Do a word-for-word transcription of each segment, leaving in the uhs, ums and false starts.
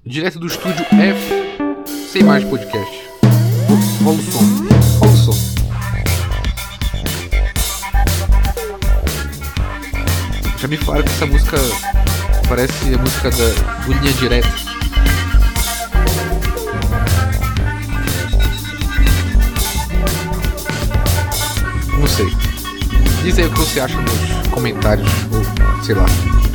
Direto do estúdio F, sem mais podcast. Rola o som, rola o som. Já me falaram que essa música parece a música da, do Linha Direta. Não sei. Diz aí o que você acha nos comentários, ou sei lá.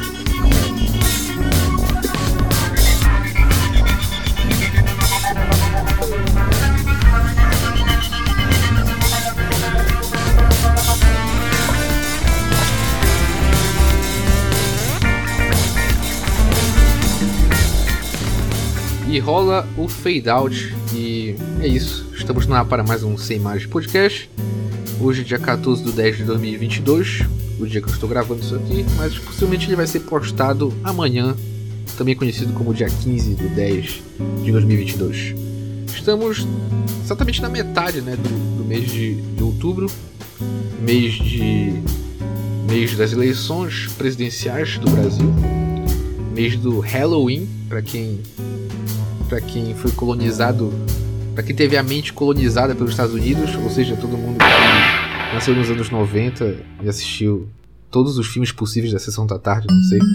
E rola o fade out. E é isso. Estamos lá para mais um Sem Mais Podcast. Hoje, dia quatorze de dez de dois mil e vinte e dois, o dia que eu estou gravando isso aqui, mas possivelmente ele vai ser postado amanhã, também conhecido como dia quinze de dez de dois mil e vinte e dois. Estamos exatamente na metade, né, do, do mês de, de outubro, mês, de, mês das eleições presidenciais do Brasil, mês do Halloween, para quem, para quem foi colonizado. Pra quem teve a mente colonizada pelos Estados Unidos, ou seja, todo mundo que nasceu nos anos noventa e assistiu todos os filmes possíveis da Sessão da Tarde, não sei.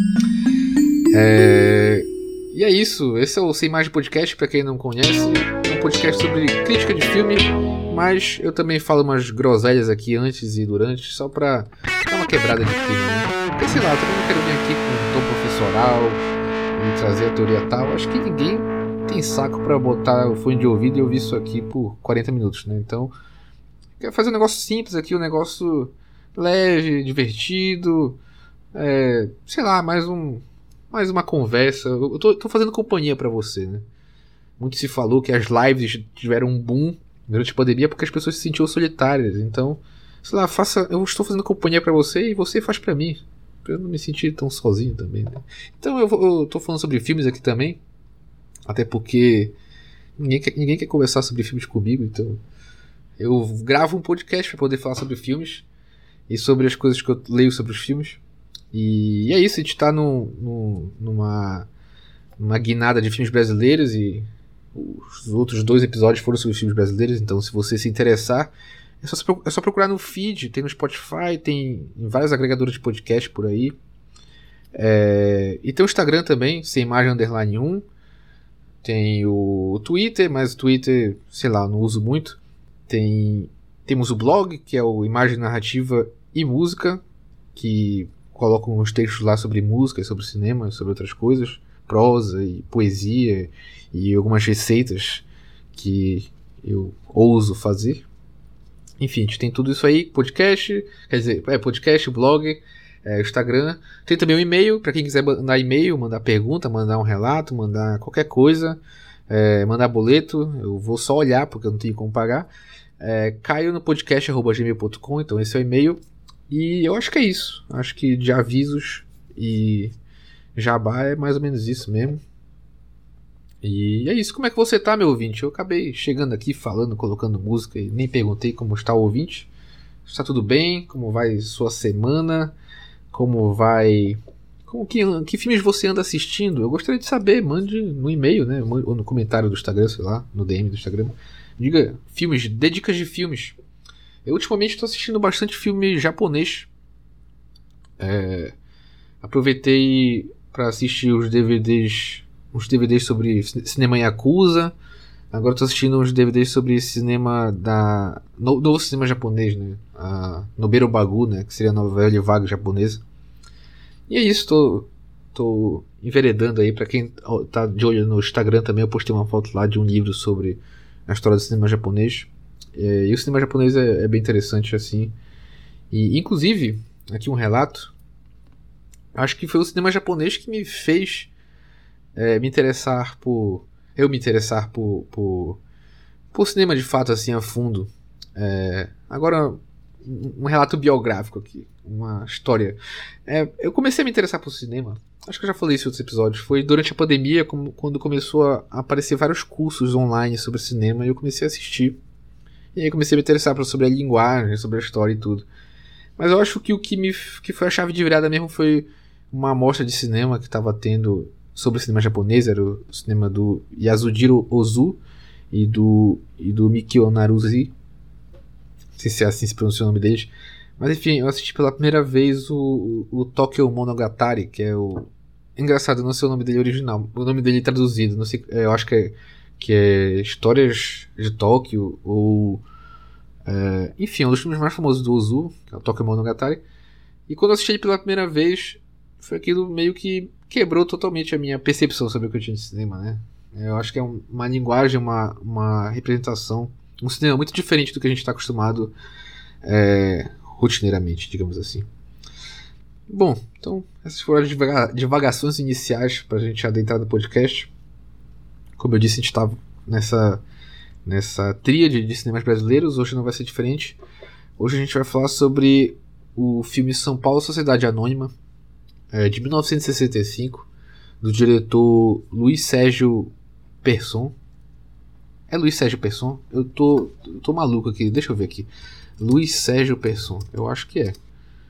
É... E é isso, esse é o Sem Mais Podcast, pra quem não conhece. É um podcast sobre crítica de filme, mas eu também falo umas groselhas aqui antes e durante, só pra dar uma quebrada de clima, né? Porque sei lá, eu também não quero vir aqui com um tom professoral e trazer a teoria tal. Acho que ninguém tem saco pra botar o fone de ouvido e ouvir isso aqui por quarenta minutos, né? Então, quero fazer um negócio simples aqui, um negócio leve, divertido, é, sei lá, mais um, mais uma conversa. Eu tô, tô fazendo companhia pra você, né? Muito se falou que as lives tiveram um boom durante a pandemia porque as pessoas se sentiam solitárias. Então, sei lá, faça, eu estou fazendo companhia pra você e você faz pra mim, pra eu não me sentir tão sozinho também, né? Então, eu, eu tô falando sobre filmes aqui também. Até porque ninguém quer, ninguém quer conversar sobre filmes comigo, então eu gravo um podcast para poder falar sobre filmes e sobre as coisas que eu leio sobre os filmes. E é isso, a gente tá no, no, numa, numa guinada de filmes brasileiros e os outros dois episódios foram sobre filmes brasileiros, então se você se interessar, é só, é só procurar no feed, tem no Spotify, tem em vários agregadores de podcast por aí. É, e tem o Instagram também, sem imagem underline um. Tem o Twitter, mas o Twitter, sei lá, eu não uso muito. Tem, temos o blog, que é o Imagem Narrativa e Música, que coloca uns textos lá sobre música, sobre cinema, sobre outras coisas, prosa e poesia e algumas receitas que eu ouso fazer. Enfim, a gente tem tudo isso aí, podcast, quer dizer, é podcast, blog, é, Instagram. Tem também um e-mail, para quem quiser mandar e-mail, mandar pergunta, mandar um relato, mandar qualquer coisa, é, mandar boleto. Eu vou só olhar porque eu não tenho como pagar. É, caio no podcast arroba gmail ponto com, então esse é o e-mail. E eu acho que é isso. Acho que de avisos e jabá é mais ou menos isso mesmo. E é isso. Como é que você tá, meu ouvinte? Eu acabei chegando aqui falando, colocando música e nem perguntei como está o ouvinte. Está tudo bem? Como vai sua semana? Como vai... Como que, que filmes você anda assistindo? Eu gostaria de saber. Mande no e-mail, né? Ou no comentário do Instagram, sei lá. No D M do Instagram. Diga filmes, dê dicas de filmes. Eu ultimamente estou assistindo bastante filme japonês. É, aproveitei para assistir os D V Ds... Uns D V Ds sobre cinema Yakuza. Agora estou assistindo uns D V Ds sobre cinema da... No, novo cinema japonês, né? A Nobero Bagu, né? Que seria a novela vaga japonesa. E é isso, tô, tô enveredando aí. Pra quem tá de olho no Instagram também, eu postei uma foto lá de um livro sobre a história do cinema japonês. É, e o cinema japonês é, é bem interessante, assim. E, inclusive, aqui um relato. Acho que foi o cinema japonês que me fez é, me interessar por... Eu me interessar por, por, por cinema de fato, assim, a fundo. É, agora, um relato biográfico aqui, uma história. É, eu comecei a me interessar por cinema, acho que eu já falei isso em outros episódios, foi durante a pandemia, como, quando começou a aparecer vários cursos online sobre cinema, e eu comecei a assistir. E aí comecei a me interessar sobre a linguagem, sobre a história e tudo. Mas eu acho que o que, me, que foi a chave de virada mesmo foi uma amostra de cinema que estava tendo sobre o cinema japonês, era o cinema do Yasujiro Ozu e do, e do Mikio Naruse. Não sei se é assim se pronuncia o nome deles. Mas enfim, eu assisti pela primeira vez o, o Tokyo Monogatari, que é o... Engraçado, eu não sei o nome dele original, o nome dele traduzido, não sei, eu acho que é, que é Histórias de Tóquio, ou... É, enfim, um dos filmes mais famosos do Ozu, que é o Tokyo Monogatari. E quando eu assisti ele pela primeira vez, foi aquilo meio que quebrou totalmente a minha percepção sobre o que eu tinha de cinema, né? Eu acho que é um, uma linguagem, uma, uma representação, um cinema muito diferente do que a gente está acostumado é, rotineiramente, digamos assim. Bom, então essas foram as divaga- divagações iniciais para a gente adentrar no podcast. Como eu disse, a gente estava nessa, nessa tríade de cinemas brasileiros, hoje não vai ser diferente. Hoje a gente vai falar sobre o filme São Paulo Sociedade Anônima, é, de mil novecentos e sessenta e cinco, do diretor Luiz Sérgio Persson. É Luiz Sérgio Persson? Eu tô, eu tô maluco aqui, deixa eu ver aqui. Luiz Sérgio Persson, eu acho que é.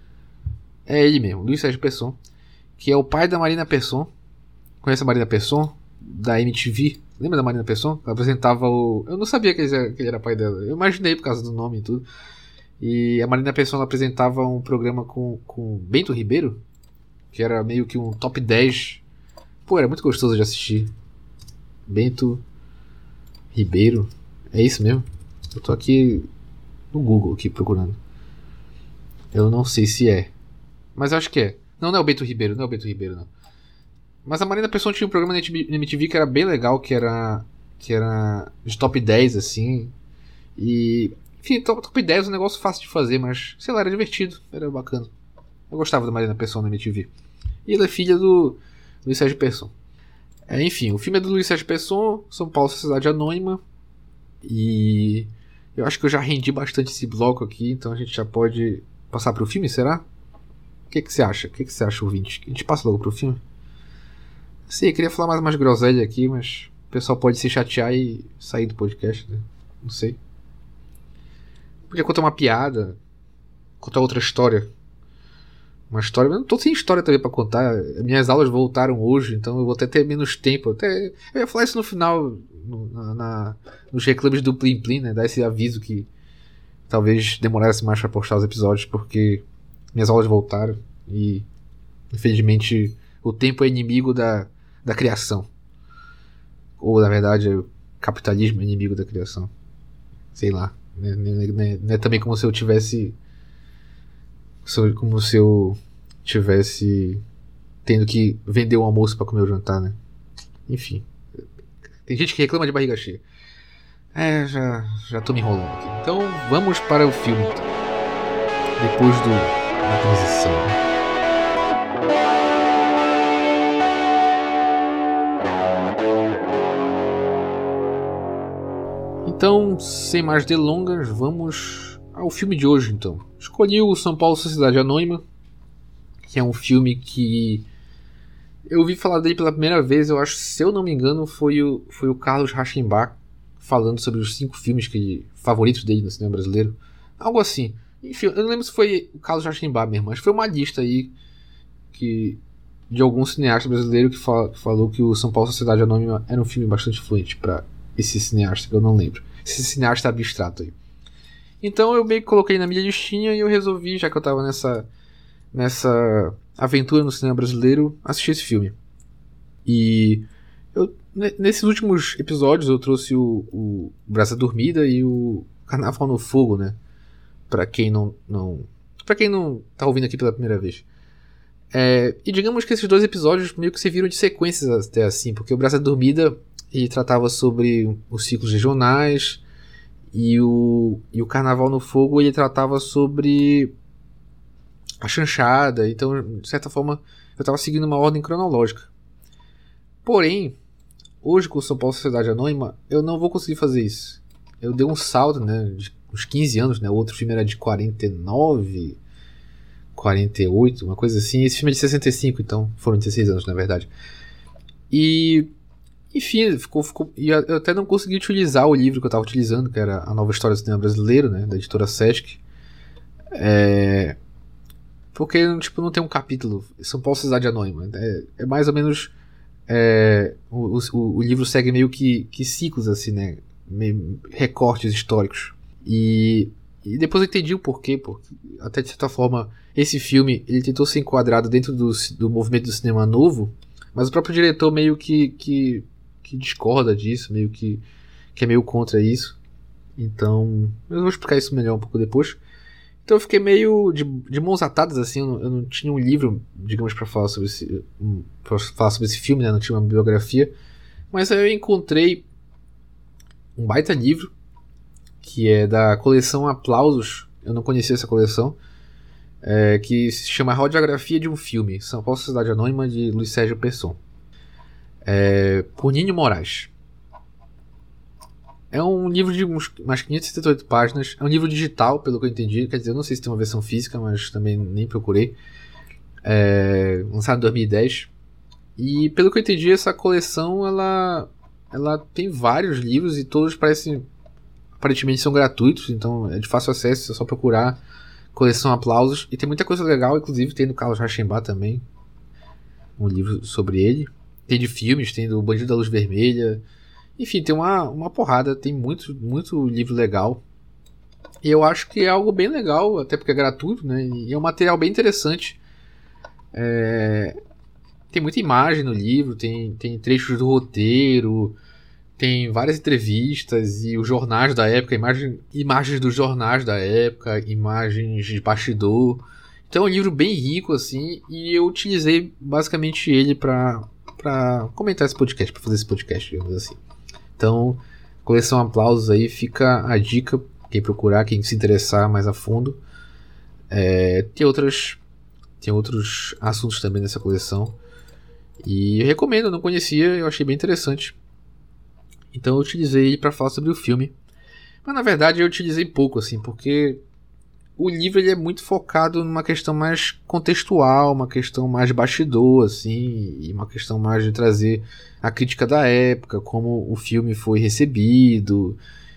É ele mesmo, Luiz Sérgio Persson, que é o pai da Marina Persson. Conhece a Marina Persson? Da M T V. Lembra da Marina Persson? Ela apresentava o... Eu não sabia que ele era, que ele era pai dela. Eu imaginei por causa do nome e tudo. E a Marina Persson apresentava um programa com, com Bento Ribeiro, que era meio que um top dez. Pô, era muito gostoso de assistir. Bento Ribeiro. É isso mesmo? Eu tô aqui no Google aqui procurando. Eu não sei se é, mas eu acho que é. Não, não é o Bento Ribeiro, não é o Bento Ribeiro, não. Mas a Marina Persson tinha um programa na M T V que era bem legal, que era, que era de top dez, assim. E, enfim, top dez é um negócio fácil de fazer, mas, sei lá, era divertido, era bacana. Eu gostava da Marina Persson na M T V. E ela é filha do Luiz Sérgio Persson. É, enfim, o filme é do Luiz Sérgio Persson, São Paulo Sociedade Anônima. E eu acho que eu já rendi bastante esse bloco aqui, então a gente já pode passar pro filme, será? O que, que você acha? O que, que você acha, ouvinte? A gente passa logo pro filme? Sim, eu queria falar mais umas groselhas aqui, mas o pessoal pode se chatear e sair do podcast, né? Não sei. Podia contar uma piada, contar outra história. Uma história, eu não tô sem história também pra contar. Minhas aulas voltaram hoje, então eu vou até ter menos tempo. Até, eu ia falar isso no final, no, na, na, nos reclames do Plim Plim, né? Dar esse aviso que talvez demorasse mais pra postar os episódios, porque minhas aulas voltaram e, infelizmente, o tempo é inimigo da, da criação. Ou, na verdade, o capitalismo é inimigo da criação. Sei lá. Não é, não é, não é também como se eu tivesse... Como se eu tivesse tendo que vender o almoço pra comer o jantar, né? Enfim. Tem gente que reclama de barriga cheia. É, já, já tô me enrolando aqui. Então vamos para o filme. Depois do, da transição. Então, sem mais delongas, vamos ao filme de hoje, então. Escolhi o São Paulo Sociedade Anônima, que é um filme que eu ouvi falar dele pela primeira vez, eu acho, se eu não me engano, foi o, foi o Carlos Rauschenbach falando sobre os cinco filmes que ele, favoritos dele no cinema brasileiro. Algo assim. Enfim, eu não lembro se foi o Carlos Rauschenbach mesmo, mas foi uma lista aí que, de algum cineasta brasileiro que, fala, que falou que o São Paulo Sociedade Anônima era um filme bastante influente para esse cineasta, que eu não lembro. Esse cineasta abstrato aí. Então eu meio que coloquei na minha listinha e eu resolvi, já que eu tava nessa, nessa aventura no cinema brasileiro, assistir esse filme. E eu, nesses últimos episódios eu trouxe o, o Brasa Dormida e o Carnaval no Fogo, né? Pra quem não, não, pra quem não tá ouvindo aqui pela primeira vez. É, e digamos que esses dois episódios meio que serviram de sequências até assim, porque o Brasa Dormida ele tratava sobre os ciclos regionais. E o, e o Carnaval no Fogo ele tratava sobre a chanchada. Então, de certa forma, eu estava seguindo uma ordem cronológica. Porém, hoje com o São Paulo Sociedade Anônima, eu não vou conseguir fazer isso. Eu dei um salto, né, de uns quinze anos, né? O outro filme era de quarenta e nove, quarenta e oito, uma coisa assim. Esse filme é de sessenta e cinco, então foram dezesseis anos, na verdade. E... Enfim, ficou, ficou, e eu até não consegui utilizar o livro que eu estava utilizando, que era A Nova História do Cinema Brasileiro, né, da editora Sesc. É, porque tipo, não tem um capítulo, São Paulo Sociedade Anônima. É, é mais ou menos é, o, o, o livro segue meio que, que ciclos, assim, né? Meio, recortes históricos. E, e depois eu entendi o porquê, porque até de certa forma esse filme ele tentou ser enquadrado dentro do, do movimento do cinema novo, mas o próprio diretor meio que, que, que discorda disso, meio que, que é meio contra isso. Então eu vou explicar isso melhor um pouco depois. Então eu fiquei meio de, de mãos atadas, assim, eu não, eu não tinha um livro, digamos, para falar sobre esse, um, pra falar sobre esse filme, né? Não tinha uma bibliografia, mas aí eu encontrei um baita livro, que é da coleção Aplausos, eu não conhecia essa coleção, é, que se chama Radiografia de um Filme, São Paulo Sociedade Anônima, de Luiz Sérgio Pesson, é, por Ninho Moraes. É um livro de uns, umas quinhentas e setenta e oito páginas, é um livro digital, pelo que eu entendi, quer dizer, eu não sei se tem uma versão física, mas também nem procurei, é, lançado em dois mil e dez, e pelo que eu entendi, essa coleção, ela, ela tem vários livros e todos parecem, aparentemente são gratuitos, então é de fácil acesso, é só procurar coleção Aplausos, e tem muita coisa legal, inclusive tem do Carlos Rauschenbach também, um livro sobre ele, tem de filmes, tem do Bandido da Luz Vermelha, enfim, tem uma, uma porrada, tem muito, muito livro legal, e eu acho que é algo bem legal, até porque é gratuito, né, e é um material bem interessante, é... tem muita imagem no livro, tem, tem trechos do roteiro, tem várias entrevistas e os jornais da época, imagem, imagens dos jornais da época, imagens de bastidor. Então é um livro bem rico, assim, e eu utilizei basicamente ele para para comentar esse podcast, para fazer esse podcast, digamos assim. Então, coleção Aplausos aí, fica a dica, quem procurar, quem se interessar mais a fundo. É, tem, outras, tem outros assuntos também nessa coleção. E eu recomendo, eu não conhecia, eu achei bem interessante. Então eu utilizei ele para falar sobre o filme. Mas na verdade eu utilizei pouco, assim, porque o livro ele é muito focado numa questão mais contextual, uma questão mais de bastidor, assim, e uma questão mais de trazer a crítica da época, como o filme foi recebido,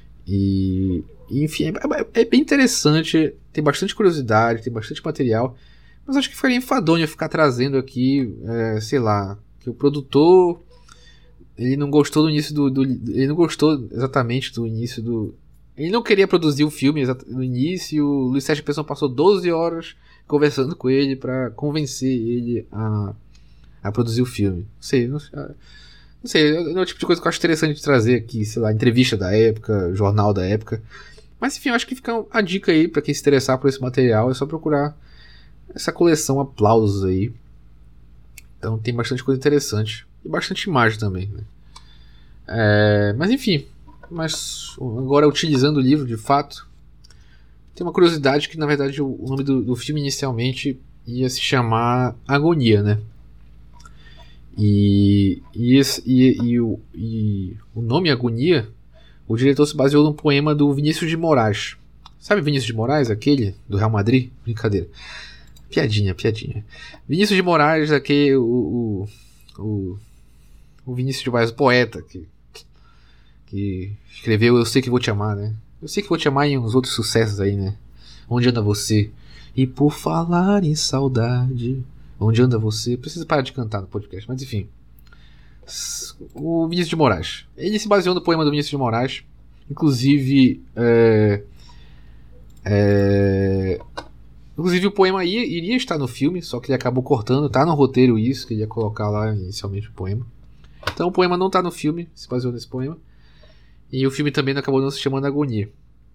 e enfim, é, é bem interessante, tem bastante curiosidade, tem bastante material, mas acho que ficaria enfadonho ficar trazendo aqui, é, sei lá, que o produtor ele não gostou do início do, do ele não gostou exatamente do início do ele não queria produzir o filme no início, o Luiz Sérgio Pesson passou doze horas conversando com ele para convencer ele a, a produzir o filme. Não sei, não, não sei, é o tipo de coisa que eu acho interessante de trazer aqui, sei lá, entrevista da época, jornal da época. Mas enfim, eu acho que fica a dica aí para quem se interessar por esse material, é só procurar essa coleção Aplausos aí. Então tem bastante coisa interessante e bastante imagem também, né? É, mas enfim, mas agora utilizando o livro de fato, tem uma curiosidade que na verdade o, o nome do, do filme inicialmente ia se chamar Agonia, né? E, e, esse, e, e, o, e o nome Agonia, o diretor se baseou num poema do Vinícius de Moraes. Sabe Vinícius de Moraes, aquele do Real Madrid? Brincadeira. Piadinha, piadinha. Vinícius de Moraes, aquele, o, o, o, o Vinícius de Moraes, o poeta, que, que escreveu Eu Sei Que Vou Te Amar, né? Eu Sei Que Vou Te Amar e uns outros sucessos aí, né? Onde Anda Você? E por falar em saudade, onde anda você? Preciso parar de cantar no podcast, mas enfim. O Vinícius de Moraes. Ele se baseou no poema do Vinícius de Moraes. Inclusive, é, é, Inclusive o poema ia, iria estar no filme, só que ele acabou cortando, tá no roteiro isso, que ele ia colocar lá inicialmente o poema. Então o poema não tá no filme, se baseou nesse poema. E o filme também acabou não se chamando Agonia.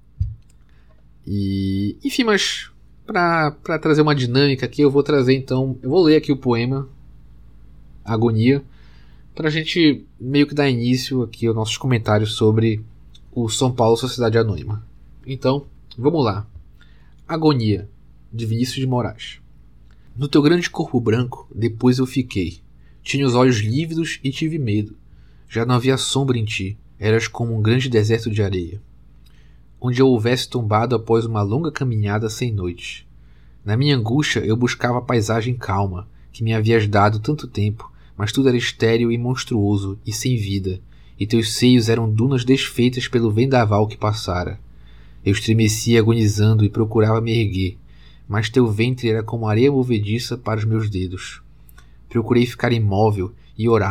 E, enfim, mas pra, pra trazer uma dinâmica aqui, eu vou trazer então, eu vou ler aqui o poema Agonia, pra gente meio que dar início aqui aos nossos comentários sobre o São Paulo Sociedade Anônima. Então, vamos lá. Agonia, de Vinícius de Moraes. No teu grande corpo branco, depois eu fiquei. Tinha os olhos lívidos e tive medo. Já não havia sombra em ti, eras como um grande deserto de areia, onde eu houvesse tombado após uma longa caminhada sem noite. Na minha angústia eu buscava a paisagem calma, que me havias dado tanto tempo, mas tudo era estéril e monstruoso e sem vida, e teus seios eram dunas desfeitas pelo vendaval que passara. Eu estremecia agonizando e procurava me erguer, mas teu ventre era como areia movediça para os meus dedos. Procurei ficar imóvel e orar,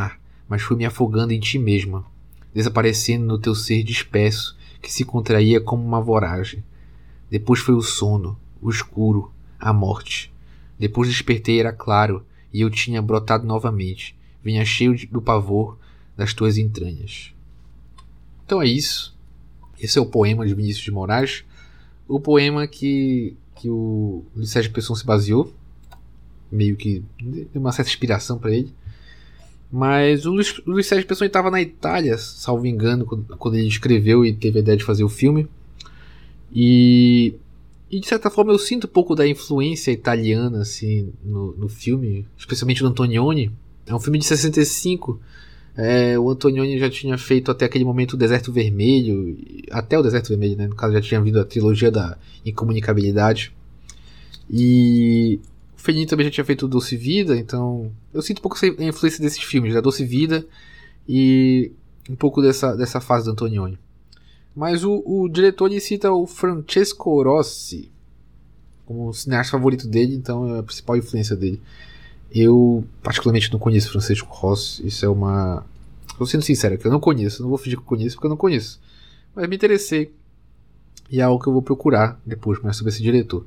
mas fui me afogando em ti mesma, desaparecendo no teu ser disperso, que se contraía como uma voragem. Depois foi o sono, o escuro, a morte. Depois despertei, era claro, e eu tinha brotado novamente. Vinha cheio de, do pavor das tuas entranhas. Então é isso. Esse é o poema de Vinícius de Moraes. O poema que, que o Luiz Sérgio Pessoa se baseou. Meio que deu uma certa inspiração para ele. Mas o Luiz, o Luiz Sérgio Pessoa estava na Itália, salvo engano, quando, quando ele escreveu e teve a ideia de fazer o filme. E, e de certa forma eu sinto um pouco da influência italiana assim, no, no filme, especialmente do Antonioni. É um filme de sessenta e cinco. É, o Antonioni já tinha feito até aquele momento o Deserto Vermelho, até o Deserto Vermelho, né? No caso já tinha vindo a trilogia da Incomunicabilidade. E o Fellini também já tinha feito Doce Vida, então eu sinto um pouco a influência desses filmes, da Doce Vida e um pouco dessa, dessa fase do Antonioni. Mas o, o diretor ele cita o Francesco Rossi como o cineasta favorito dele, então é a principal influência dele. Eu particularmente não conheço o Francesco Rossi, isso é uma... Estou sendo sincero, que eu não conheço, não vou fingir que eu conheço porque eu não conheço. Mas me interessei e é algo que eu vou procurar depois mais sobre esse diretor.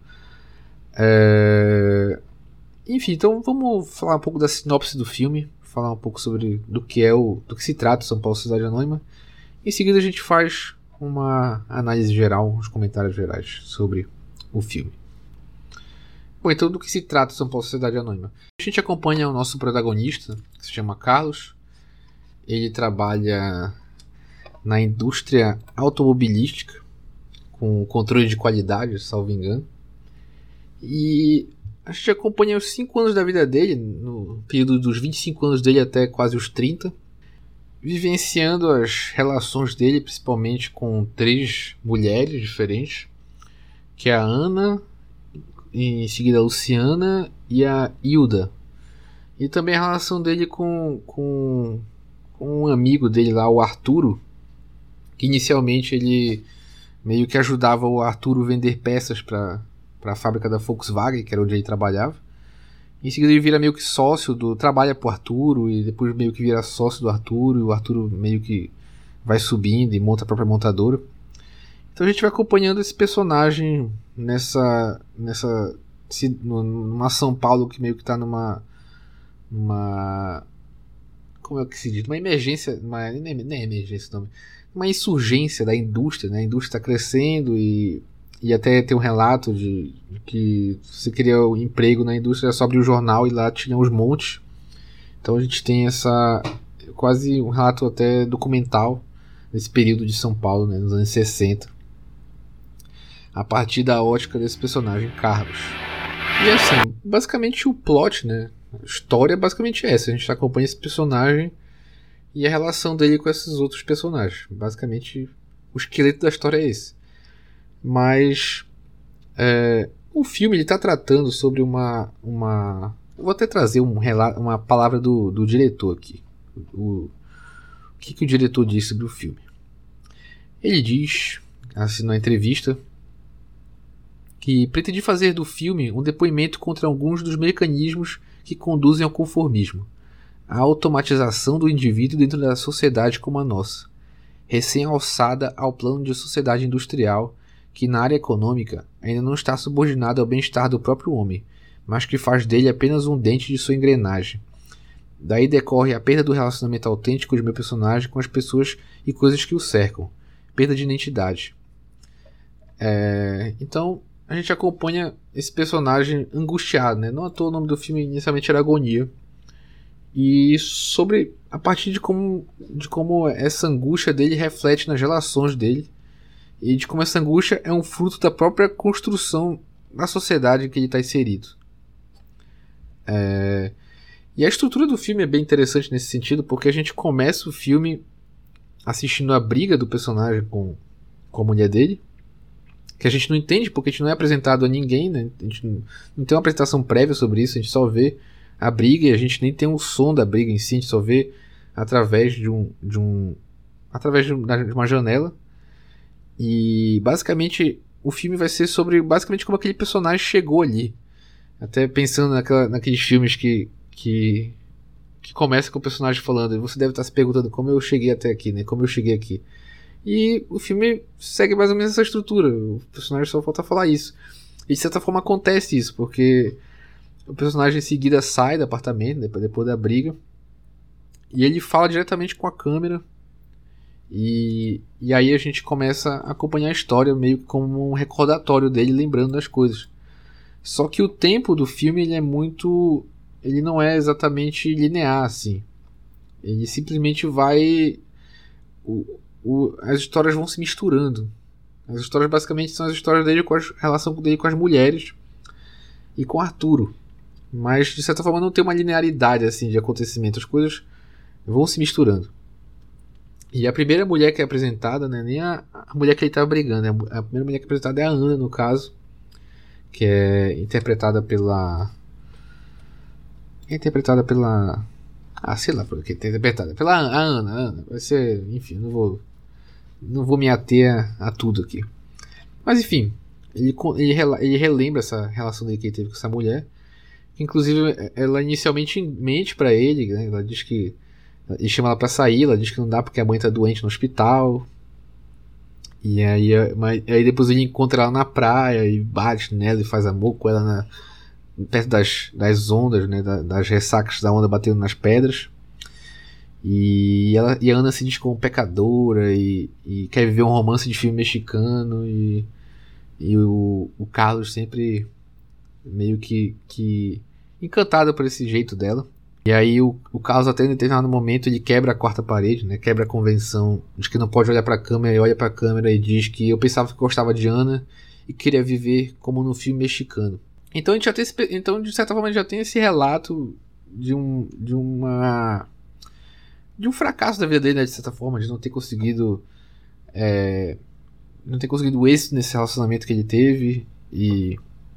É... Enfim, então vamos falar um pouco da sinopse do filme, falar um pouco sobre do que é o, do que se trata São Paulo Cidade Anônima. Em seguida a gente faz uma análise geral, uns comentários gerais sobre o filme. Bom, então do que se trata São Paulo Cidade Anônima? A gente acompanha o nosso protagonista, que se chama Carlos. Ele trabalha na indústria automobilística, com controle de qualidade, salvo engano. E a gente acompanha os cinco anos da vida dele, no período dos vinte e cinco anos dele até quase os trinta, vivenciando as relações dele, principalmente com três mulheres diferentes, que é a Ana, em seguida a Luciana e a Hilda. E também a relação dele com, com, com um amigo dele lá, o Arturo, que inicialmente ele meio que ajudava o Arturo a vender peças para para a fábrica da Volkswagen, que era onde ele trabalhava. Em seguida ele vira meio que sócio do... Trabalha pro Arturo e depois meio que vira sócio do Arturo. E o Arturo meio que vai subindo e monta a própria montadora. Então a gente vai acompanhando esse personagem nessa... nessa numa São Paulo que meio que tá numa... numa... como é que se diz? Uma emergência... Uma, nem é emergência o nome. Uma insurgência da indústria, né? A indústria está crescendo e... E até tem um relato de, de que você queria um emprego na indústria, só abrir o jornal e lá tinha os montes. Então a gente tem essa quase um relato até documental desse período de São Paulo, né, nos anos sessenta, a partir da ótica desse personagem, Carlos. E assim, basicamente o plot, né, a história é basicamente essa. A gente acompanha esse personagem e a relação dele com esses outros personagens. Basicamente o esqueleto da história é esse. Mas é, o filme está tratando sobre uma, uma... Eu vou até trazer um relato, uma palavra do, do diretor aqui. O, o que, que o diretor disse sobre o filme? Ele diz, assim, na entrevista, que pretende fazer do filme um depoimento contra alguns dos mecanismos que conduzem ao conformismo, a automatização do indivíduo dentro da sociedade como a nossa, recém-alçada ao plano de sociedade industrial que na área econômica ainda não está subordinado ao bem-estar do próprio homem, mas que faz dele apenas um dente de sua engrenagem. Daí decorre a perda do relacionamento autêntico de meu personagem com as pessoas e coisas que o cercam, perda de identidade. É... Então a gente acompanha esse personagem angustiado, né? Não à toa o nome do filme inicialmente era Agonia, e sobre a partir de como, de como essa angústia dele reflete nas relações dele, e de como essa angústia é um fruto da própria construção da sociedade em que ele está inserido. É... E a estrutura do filme é bem interessante nesse sentido, porque a gente começa o filme assistindo a briga do personagem com, com a mulher dele, que a gente não entende porque a gente não é apresentado a ninguém, né? A gente não, não tem uma apresentação prévia sobre isso, a gente só vê a briga e a gente nem tem o som da briga em si, a gente só vê através de um, de um através de uma janela. E basicamente o filme vai ser sobre basicamente como aquele personagem chegou ali. Até pensando naquela, naqueles filmes que, que, que começa com o personagem falando, você deve estar se perguntando como eu cheguei até aqui, né? Como eu cheguei aqui. E o filme segue mais ou menos essa estrutura. O personagem só falta falar isso. E de certa forma acontece isso, porque o personagem em seguida sai do apartamento, depois, depois da briga, e ele fala diretamente com a câmera. E, e aí a gente começa a acompanhar a história meio que como um recordatório dele, lembrando das coisas. Só que o tempo do filme ele é muito... ele não é exatamente linear, assim. Ele simplesmente vai... O, o, as histórias vão se misturando. As histórias basicamente são as histórias dele com a relação dele com as mulheres e com Arturo. Mas de certa forma não tem uma linearidade assim, de acontecimento. As coisas vão se misturando. E a primeira mulher que é apresentada, né, nem a, a mulher que ele estava brigando. A, a primeira mulher que é apresentada é a Ana, no caso. Que é interpretada pela... É interpretada pela... Ah, sei lá por que é interpretada. Pela a Ana, a Ana. Vai ser... Enfim, não vou... Não vou me ater a tudo aqui. Mas enfim, ele, ele, ele relembra essa relação dele que ele teve com essa mulher. Que inclusive ela inicialmente mente pra ele, né? Ela diz que... Ele chama ela pra sair, ela diz que não dá porque a mãe tá doente no hospital. E aí, mas, aí depois ele encontra ela na praia e bate nela e faz amor com ela na, perto das, das ondas, né? Da, das ressacas da onda batendo nas pedras. E, ela, e a Ana se diz como pecadora e, e quer viver um romance de filme mexicano. E, e o, o Carlos sempre meio que, que encantado por esse jeito dela. E aí o, o Carlos até em determinado momento ele quebra a quarta parede, né? Quebra a convenção de que não pode olhar pra câmera, e olha pra câmera e diz que eu pensava que gostava de Ana e queria viver como num filme mexicano. Então a gente já tem esse, então de certa forma a gente já tem esse relato de um de uma de um fracasso da vida dele, né, de certa forma, de não ter conseguido é, não ter conseguido êxito nesse relacionamento que ele teve e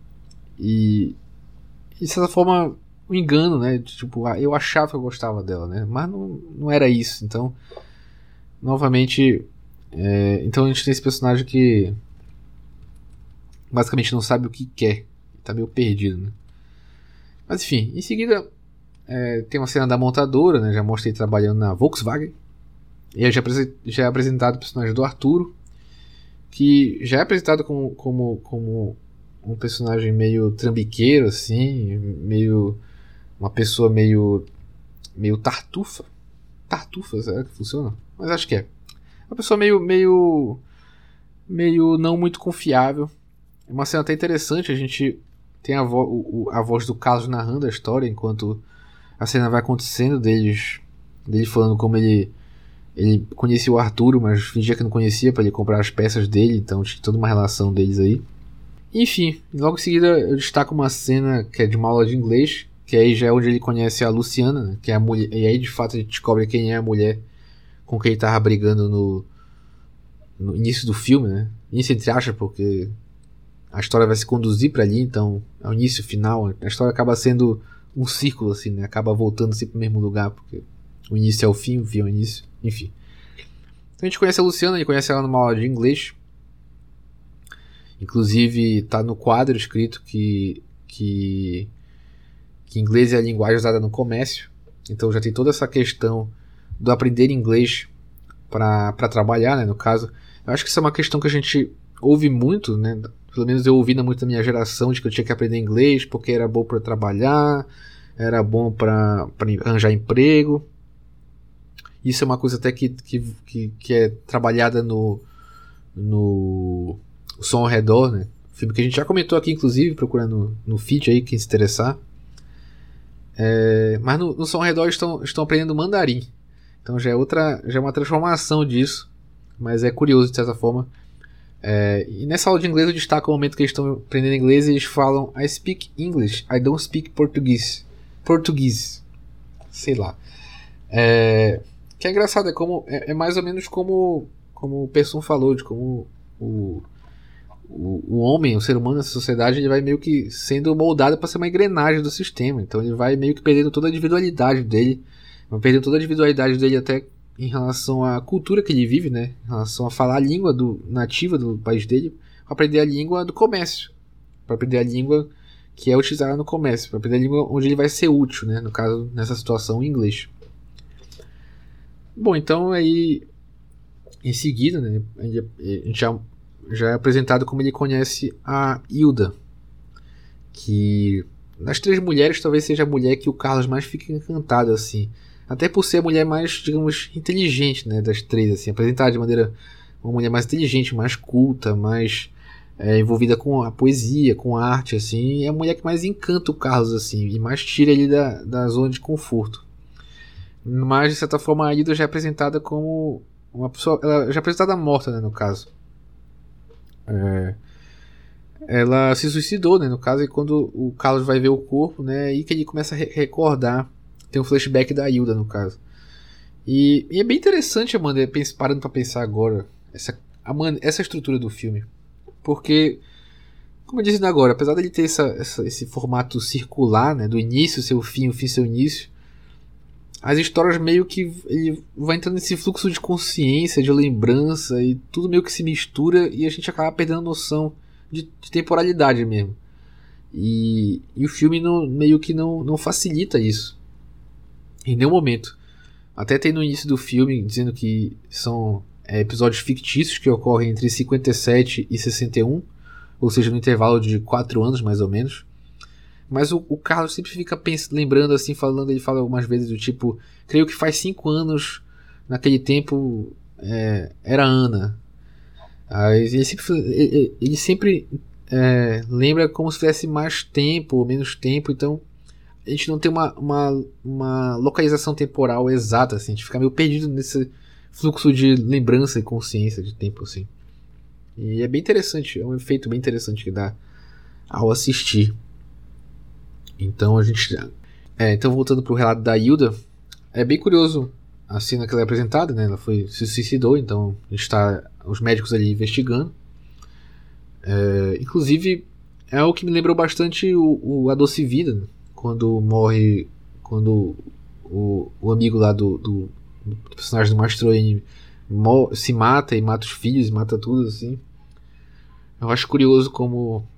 e de certa forma um engano, né? Tipo, eu achava que eu gostava dela, né? Mas não, não era isso. Então, novamente, é, então a gente tem esse personagem que basicamente não sabe o que quer, tá meio perdido, né? Mas enfim, em seguida é, tem uma cena da montadora, né? Já mostra ele trabalhando na Volkswagen. E aí já, já é apresentado o personagem do Arturo, que já é apresentado como, como, como um personagem meio trambiqueiro, assim, meio... uma pessoa meio meio tartufa. Tartufa, será que funciona? Mas acho que é. Uma pessoa meio meio meio não muito confiável. É uma cena até interessante, a gente tem a, vo o, a voz do Carlos narrando a história enquanto a cena vai acontecendo, deles dele falando como ele ele conhecia o Arturo, mas fingia que não conhecia para ele comprar as peças dele, então tinha toda uma relação deles aí. Enfim, logo em seguida eu destaco uma cena que é de uma aula de inglês, que aí já é onde ele conhece a Luciana, né, que é a mulher, e aí de fato ele descobre quem é a mulher com quem ele tava brigando no, no início do filme, né? Início entre aspas, porque a história vai se conduzir para ali, então é o início, o final, a história acaba sendo um círculo assim, né? Acaba voltando sempre pro mesmo lugar, porque o início é o fim, o fim é o início, enfim. Então a gente conhece a Luciana, a gente conhece ela numa aula de inglês. Inclusive tá no quadro escrito que que que inglês é a linguagem usada no comércio, então já tem toda essa questão do aprender inglês para trabalhar, né, no caso. Eu acho que isso é uma questão que a gente ouve muito, né, pelo menos eu ouvi muito da minha geração, de que eu tinha que aprender inglês porque era bom para trabalhar, era bom para arranjar emprego. Isso é uma coisa até que, que, que, que é trabalhada no, no Som ao Redor, né, filme que a gente já comentou aqui, inclusive, procurando no feed aí, quem se interessar. É, mas no, no Som ao Redor estão, estão aprendendo mandarim. Então já é outra, já é uma transformação disso. Mas é curioso de certa forma. É, e nessa aula de inglês eu destaco o momento que eles estão aprendendo inglês e eles falam I speak English, I don't speak Portuguese. Português. Sei lá. É, que é engraçado, é, como, é, é mais ou menos como, como o Persson falou, de como o, o, o homem, o ser humano nessa sociedade, ele vai meio que sendo moldado para ser uma engrenagem do sistema. Então ele vai meio que perdendo toda a individualidade dele, vai perdendo toda a individualidade dele até em relação à cultura que ele vive, né? Em relação a falar a língua do, nativa do país dele, para aprender a língua do comércio, para aprender a língua que é utilizada no comércio, para aprender a língua onde ele vai ser útil, né? No caso, nessa situação, o inglês. Bom, então aí, em seguida, né, a gente já, já é apresentado como ele conhece a Hilda, que das três mulheres talvez seja a mulher que o Carlos mais fica encantado, assim. Até por ser a mulher mais, digamos, inteligente, né, das três, assim, apresentada de maneira uma mulher mais inteligente, mais culta, mais é, envolvida com a poesia, com a arte, assim, é a mulher que mais encanta o Carlos, assim, e mais tira ele da, da zona de conforto. Mas, de certa forma, a Hilda já é apresentada como uma pessoa, ela já é apresentada morta, né, no caso. É, ela se suicidou, né, no caso, e quando o Carlos vai ver o corpo, né, aí que ele começa a re- recordar, tem um flashback da Hilda, no caso. E, e é bem interessante, Amanda, pens- parando pra pensar agora, essa, Amanda, essa estrutura do filme. Porque, como eu disse ainda agora, apesar dele ter essa, essa, esse formato circular, né, do início seu fim, o fim seu início, as histórias meio que ele vai entrando nesse fluxo de consciência, de lembrança, e tudo meio que se mistura e a gente acaba perdendo a noção de, de temporalidade mesmo. E, e o filme não, meio que não, não facilita isso em nenhum momento. Até tem no início do filme dizendo que são é, episódios fictícios que ocorrem entre cinquenta e sete e sessenta e um, ou seja, no intervalo de quatro anos mais ou menos. Mas o, o Carlos sempre fica pensando, lembrando assim, falando, ele fala algumas vezes do tipo, creio que faz cinco anos, naquele tempo, é, era Ana. Aí ele sempre, ele, ele sempre é, lembra como se tivesse mais tempo ou menos tempo, então a gente não tem uma, uma, uma localização temporal exata, assim, a gente fica meio perdido nesse fluxo de lembrança e consciência de tempo, assim. E é bem interessante, é um efeito bem interessante que dá ao assistir. Então a gente. É, então voltando pro relato da Hilda, é bem curioso a cena que ela é apresentada, né? Ela foi, se suicidou, então a gente tá, os médicos ali investigando. É, inclusive, é o que me lembrou bastante o, o A Doce Vida, né? Quando morre. Quando o, o amigo lá do, do, do personagem do Mastroianni se mata e mata os filhos, mata tudo, assim. Eu acho curioso como.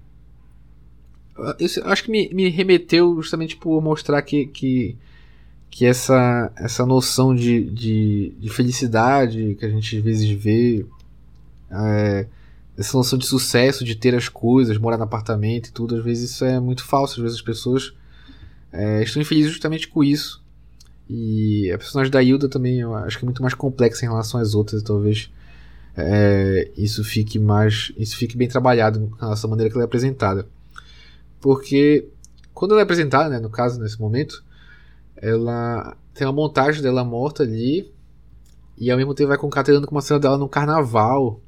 Eu acho que me, me remeteu justamente por mostrar que, que, que essa, essa noção de, de, de felicidade que a gente às vezes vê, é, essa noção de sucesso, de ter as coisas, morar no apartamento e tudo, às vezes isso é muito falso. Às vezes as pessoas é, estão infelizes justamente com isso. E a personagem da Hilda também eu acho que é muito mais complexa em relação às outras, e talvez é, isso fique mais, isso fique bem trabalhado em relação à maneira que ela é apresentada. Porque quando ela é apresentada, né, no caso, nesse momento, ela tem uma montagem dela morta ali e ao mesmo tempo vai concatenando com uma cena dela no carnaval.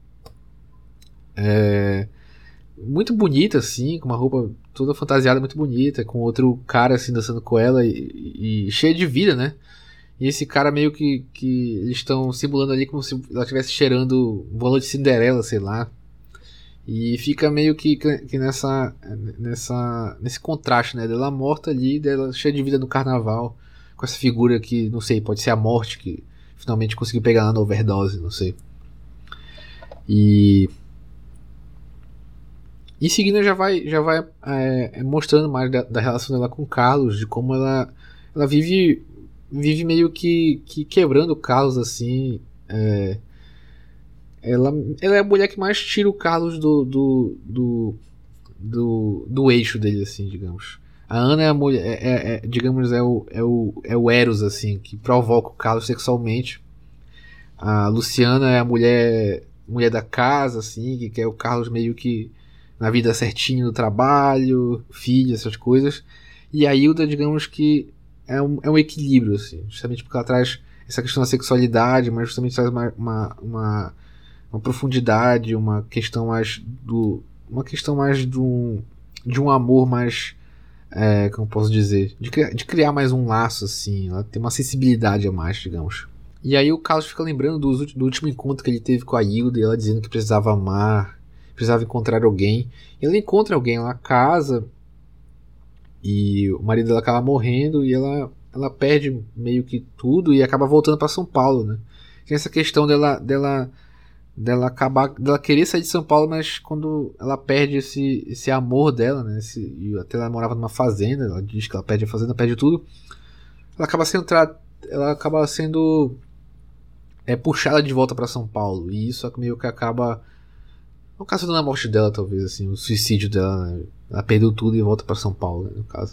É, muito bonita, assim, com uma roupa toda fantasiada, muito bonita, com outro cara assim dançando com ela e, e cheia de vida, né? E esse cara meio que, que eles estão simulando ali como se ela estivesse cheirando bola de Cinderela, sei lá. E fica meio que, que nessa, nessa, nesse contraste, né? Dela morta ali, dela cheia de vida no carnaval, com essa figura que, não sei, pode ser a morte que finalmente conseguiu pegar ela na overdose, não sei. E em seguida já vai, já vai é, mostrando mais da, da relação dela com o Carlos, de como ela, ela vive, vive meio que, que quebrando o Carlos, assim. É, Ela, ela é a mulher que mais tira o Carlos do, do, do, do, do eixo dele, assim, digamos. A Ana é a mulher, é, é, é, digamos, é o, é, o, é o Eros, assim, que provoca o Carlos sexualmente. A Luciana é a mulher, mulher da casa, assim, que quer o Carlos meio que na vida certinho no trabalho, filho, essas coisas. E a Hilda, digamos que é um, é um equilíbrio, assim, justamente porque ela traz essa questão da sexualidade, mas justamente traz uma, uma, uma uma profundidade, uma questão mais do, uma questão mais do, de um amor mais, é, como posso dizer, de, de criar mais um laço, assim, ela tem uma sensibilidade a mais, digamos. E aí o Carlos fica lembrando do, do último encontro que ele teve com a Hilda, e ela dizendo que precisava amar, precisava encontrar alguém. E ele encontra alguém, ela casa, e o marido dela acaba morrendo, e ela, ela perde meio que tudo, e acaba voltando para São Paulo, né? Tem essa questão dela, dela dela acabar, dela querer sair de São Paulo, mas quando ela perde esse, esse amor dela, né, esse, e até ela morava numa fazenda, ela diz que ela perde a fazenda, perde tudo, ela acaba sendo, tra- ela acaba sendo é, puxada de volta para São Paulo, e isso meio que acaba ocasionando a morte dela, talvez, assim, o suicídio dela, né? Ela perdeu tudo e volta para São Paulo, né, no caso.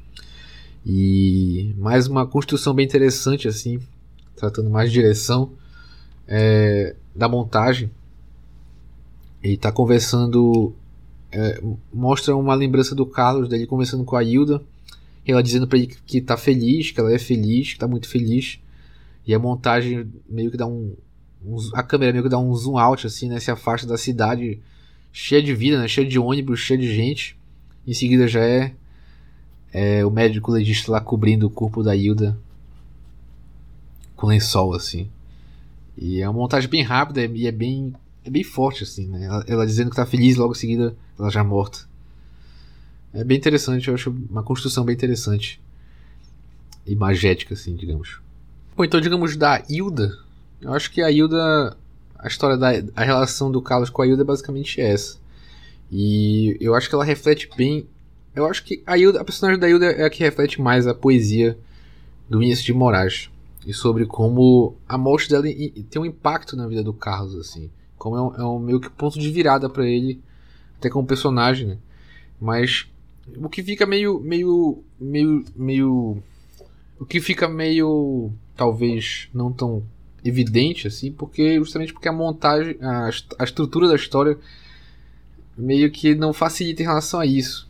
E mais uma construção bem interessante, assim, tratando mais de direção, é, da montagem. Ele tá conversando, é, mostra uma lembrança do Carlos, dele conversando com a Hilda, e ela dizendo pra ele que, que tá feliz, que ela é feliz, que tá muito feliz, e a montagem meio que dá um, um a câmera meio que dá um zoom out, assim, né, se afasta da cidade cheia de vida, né, cheia de ônibus, cheia de gente. Em seguida já é, é o médico legista lá cobrindo o corpo da Hilda com lençol, assim. E é uma montagem bem rápida e é bem, é bem forte, assim, né? Ela, ela dizendo que tá feliz, logo em seguida ela já morta. É bem interessante, eu acho uma construção bem interessante. E magética, assim, digamos. Bom, então, digamos, da Hilda. Eu acho que a Hilda... A história da a relação do Carlos com a Hilda é basicamente essa. E eu acho que ela reflete bem... Eu acho que a Hilda, a personagem da Hilda é a que reflete mais a poesia do Vinícius de Moraes. E sobre como a morte dela tem um impacto na vida do Carlos, assim. Como é um, é um meio que ponto de virada pra ele, até como personagem, né? Mas o que fica meio, meio, meio, meio... O que fica meio, talvez, não tão evidente, assim, porque justamente porque a montagem, a, a estrutura da história meio que não facilita em relação a isso.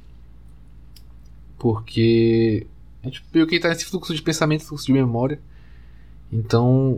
Porque a gente meio que tá nesse fluxo de pensamento, fluxo de memória. Então,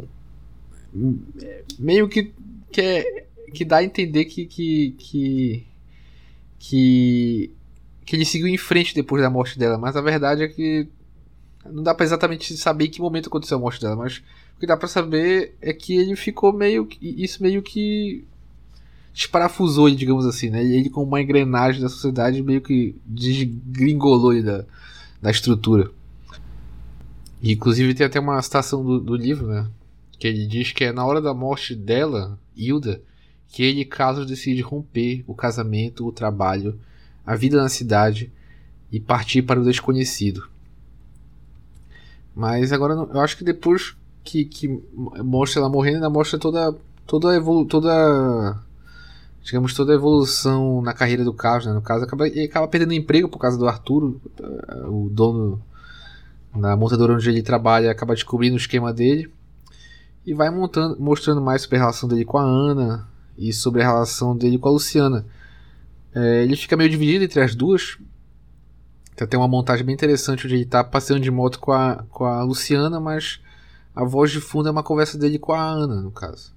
meio que, que, é, que dá a entender que, que, que, que, que ele seguiu em frente depois da morte dela. Mas a verdade é que não dá pra exatamente saber em que momento aconteceu a morte dela. Mas o que dá pra saber é que ele ficou meio... Isso meio que desparafusou ele, digamos assim, né? Ele, como uma engrenagem da sociedade, meio que desgringolou ele da, da estrutura. E, inclusive, tem até uma citação do, do livro, né? Que ele diz que é na hora da morte dela, Hilda, que ele e Carlos decide romper o casamento, o trabalho, a vida na cidade e partir para o desconhecido. Mas agora eu acho que depois que, que mostra ela morrendo, ainda mostra toda toda a evolu- toda digamos toda a evolução na carreira do Carlos, né? No caso, acaba, ele acaba perdendo emprego por causa do Arturo, o dono na montadora onde ele trabalha, acaba descobrindo o esquema dele e vai montando, mostrando mais sobre a relação dele com a Ana e sobre a relação dele com a Luciana. É, ele fica meio dividido entre as duas. Tem uma montagem bem interessante onde ele está passeando de moto com a, com a Luciana, mas a voz de fundo é uma conversa dele com a Ana, no caso.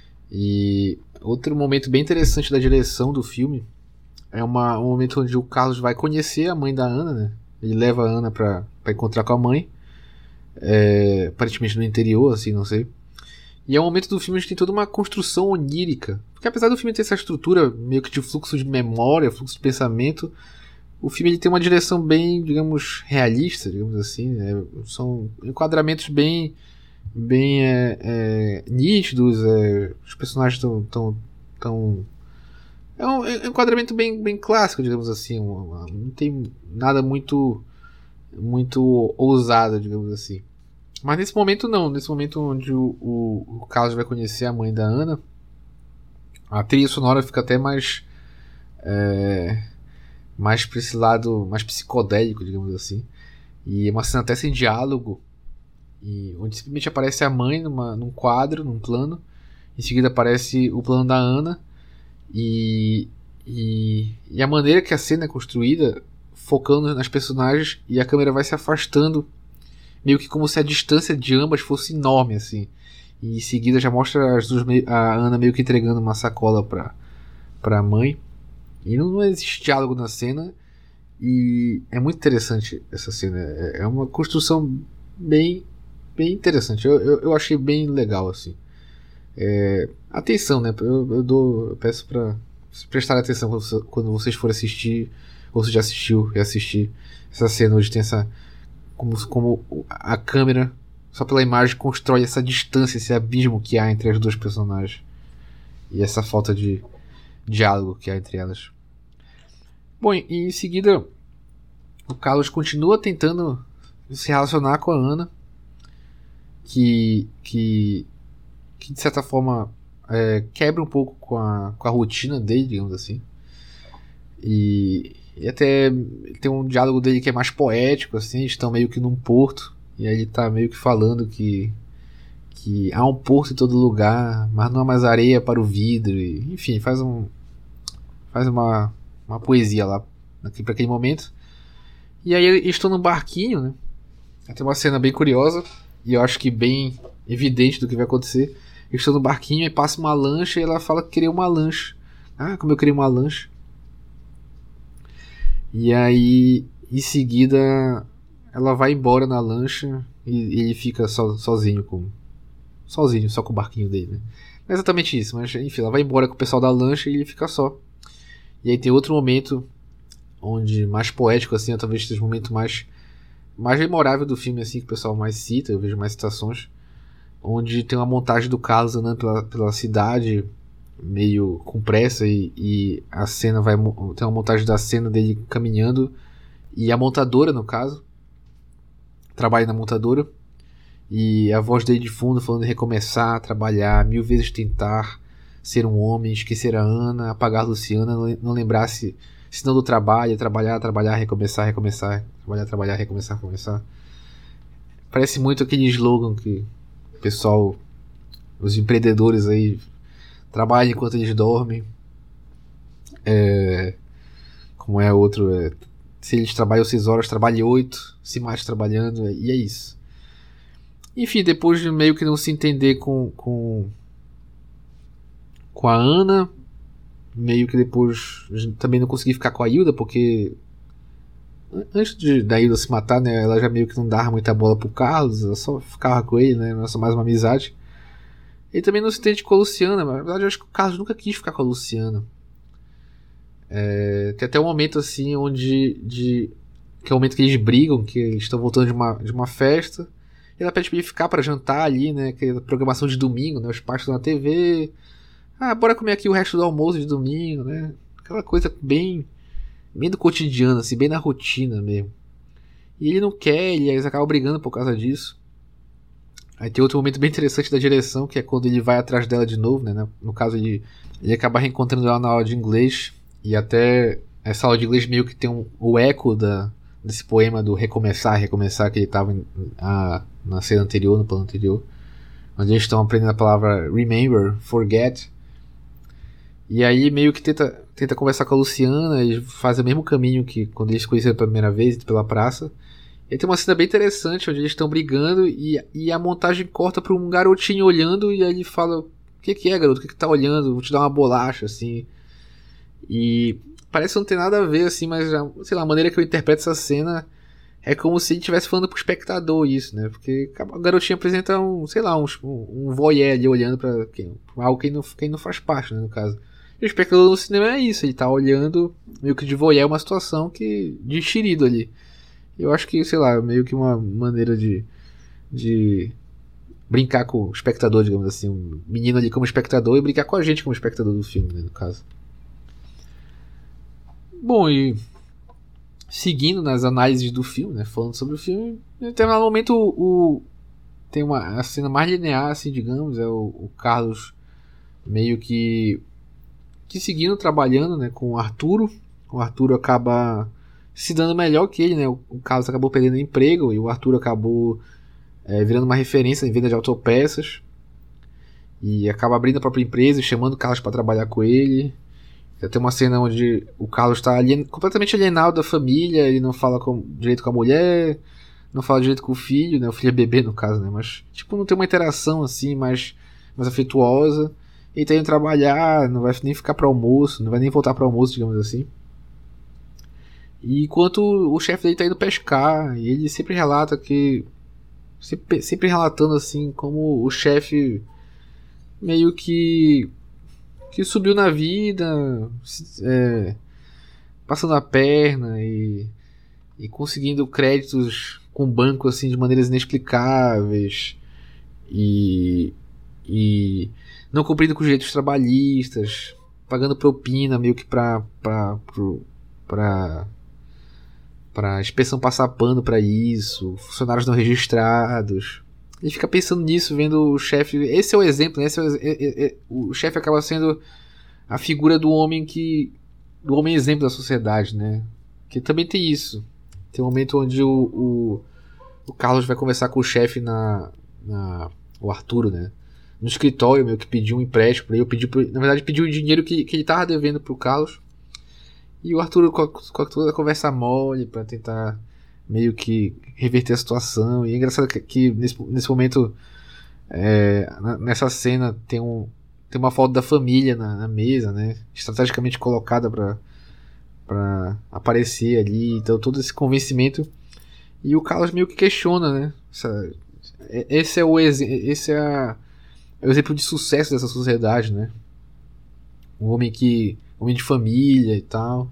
E outro momento bem interessante da direção do filme é uma, um momento onde o Carlos vai conhecer a mãe da Ana, né? Ele leva a Ana pra, pra encontrar com a mãe, é, aparentemente no interior, assim, não sei. E é um momento do filme onde tem toda uma construção onírica, porque apesar do filme ter essa estrutura meio que de fluxo de memória, fluxo de pensamento, o filme ele tem uma direção bem, digamos, realista, digamos assim, né? São enquadramentos bem, bem é, é, nítidos, é, os personagens estão tão, tão é um enquadramento bem, bem clássico, digamos assim, uma, não tem nada muito muito ousado, digamos assim. Mas nesse momento não, nesse momento onde o, o, o Carlos vai conhecer a mãe da Ana, a trilha sonora fica até mais é, mais pra esse lado mais psicodélico, digamos assim, e é uma cena até sem diálogo, e onde simplesmente aparece a mãe numa, num quadro, num plano, em seguida aparece o plano da Ana, e, e, e a maneira que a cena é construída, focando nas personagens, e a câmera vai se afastando, meio que como se a distância de ambas fosse enorme, assim. E em seguida já mostra as duas, a Ana meio que entregando uma sacola pra, pra mãe. E não, não existe diálogo na cena. E é muito interessante essa cena. É, é uma construção bem, bem interessante. Eu, eu, eu achei bem legal, assim. É, atenção, né? Eu, eu, dou, eu peço pra prestar atenção quando, você, quando vocês forem assistir, ou você já assistiu e assistir essa cena onde tem essa. Como, como a câmera, só pela imagem, constrói essa distância, esse abismo que há entre as duas personagens. e essa falta de diálogo que há entre elas. Bom, e em seguida o Carlos continua tentando se relacionar com a Ana, que, que, que de certa forma é, quebra um pouco com a, com a rotina dele, digamos assim. E, e até tem um diálogo dele que é mais poético, assim, eles estão meio que num porto, e aí ele tá meio que falando que, que há um porto em todo lugar, mas não há mais areia para o vidro, e, enfim, faz, um, faz uma, uma poesia lá para aquele momento. E aí eles estão num barquinho, né? Tem uma cena bem curiosa, e eu acho que bem evidente do que vai acontecer. Eles estão no barquinho e passa uma lancha e ela fala que queria uma lancha. Ah, como eu queria uma lancha. E aí, em seguida, ela vai embora na lancha e ele fica so, sozinho com sozinho, só com o barquinho dele, né? Não é exatamente isso, mas enfim, ela vai embora com o pessoal da lancha e ele fica só. E aí tem outro momento onde mais poético, assim, talvez seja o momento mais mais memorável do filme, assim, que o pessoal mais cita, eu vejo mais citações, onde tem uma montagem do Carlos andando pela, pela cidade meio com pressa e, e a cena vai tem uma montagem da cena dele caminhando e a montadora, no caso, trabalha na montadora e a voz dele de fundo falando de recomeçar, trabalhar, mil vezes tentar ser um homem, esquecer a Ana, apagar a Luciana, não lembrar-se senão do trabalho, trabalhar, trabalhar, recomeçar, recomeçar, trabalhar, trabalhar, recomeçar, recomeçar. Parece muito aquele slogan que o pessoal, os empreendedores aí, trabalham enquanto eles dormem. É, como é outro, é, se eles trabalham seis horas, trabalhe oito, se mais trabalhando, é, e é isso. Enfim, depois de meio que não se entender com, com, com a Ana, meio que depois também não consegui ficar com a Hilda, porque antes de, da Hilda se matar, né, ela já meio que não dava muita bola pro Carlos, ela só ficava com ele, né, não era só mais uma amizade. Ele também não se entende com a Luciana, mas na verdade eu acho que o Carlos nunca quis ficar com a Luciana. É, tem até um momento assim onde de, que é o momento que eles brigam, que eles estão voltando de uma, de uma festa, e ela pede pra ele ficar pra jantar ali, né, aquela programação de domingo, né, os pais estão na T V. Ah, bora comer aqui o resto do almoço de domingo, né? Aquela coisa bem, bem do cotidiano, assim, bem na rotina mesmo. E ele não quer, e eles acabam brigando por causa disso. Aí tem outro momento bem interessante da direção, que é quando ele vai atrás dela de novo, né? No caso, ele, ele acaba reencontrando ela na aula de inglês, e até essa aula de inglês meio que tem um, o eco da, desse poema do recomeçar, recomeçar, que ele estava na cena anterior, no plano anterior, onde eles estão aprendendo a palavra remember, forget. E aí meio que tenta, tenta conversar com a Luciana, e faz o mesmo caminho que quando eles se conheceram pela primeira vez, pela praça. E aí tem uma cena bem interessante, onde eles estão brigando, e, e a montagem corta para um garotinho olhando, e aí ele fala, o que que é, garoto, o que que tá olhando, vou te dar uma bolacha, assim. E parece não ter nada a ver, assim, mas, sei lá, a maneira que eu interpreto essa cena é como se ele estivesse falando pro espectador isso, né, porque o garotinho apresenta um, sei lá, um, um voyeur ali olhando pra, quem, pra algo que não, quem não faz parte, né, no caso. E o espectador no cinema é isso, ele tá olhando meio que de voyeur uma situação que de enxerido ali. Eu acho que, sei lá, meio que uma maneira de, de brincar com o espectador, digamos assim, um menino ali como espectador e brincar com a gente como espectador do filme, né, no caso. Bom, e seguindo nas análises do filme, né, falando sobre o filme, em determinado momento o, o, tem uma a cena mais linear, assim, digamos, é o, o Carlos meio que que seguindo trabalhando, né, com o Arturo. O Arturo acaba se dando melhor que ele, né, o, o Carlos acabou perdendo emprego e o Arturo acabou é, virando uma referência em venda de autopeças e acaba abrindo a própria empresa e chamando o Carlos para trabalhar com ele. Tem uma cena onde o Carlos está alien, completamente alienado da família, ele não fala com, direito com a mulher, não fala direito com o filho, né, o filho é bebê no caso, né, mas tipo não tem uma interação assim mais, mais afetuosa. Ele tá indo trabalhar, não vai nem ficar para almoço, não vai nem voltar para almoço, digamos assim. E enquanto o chefe dele tá indo pescar, e ele sempre relata que sempre, sempre relatando assim como o chefe meio que que subiu na vida, é, passando a perna e, e conseguindo créditos com o banco assim de maneiras inexplicáveis e, e não cumprindo com os direitos trabalhistas, pagando propina meio que pra pra, pro, pra, pra inspeção passar pano pra isso, funcionários não registrados. Ele fica pensando nisso, vendo o chefe. Esse é o exemplo, né? Esse é o, é, é, é, o chefe acaba sendo a figura do homem que. Do homem exemplo da sociedade, né? Que também tem isso. Tem um momento onde o, o, o Carlos vai conversar com o chefe na, na. O Arturo, né? No escritório, meio que pediu um empréstimo pra ele. Pedi, na verdade, pediu o dinheiro que, que ele tava devendo pro Carlos. E o Arturo com, com toda a conversa mole pra tentar meio que reverter a situação. E é engraçado que, que nesse, nesse momento, é, nessa cena, tem, um, tem uma foto da família na, na mesa, né? Estrategicamente colocada pra, pra aparecer ali. Então, todo esse convencimento. E o Carlos meio que questiona, né? Essa, esse é o, esse é, a, é o exemplo de sucesso dessa sociedade, né? Um homem que. Um homem de família e tal.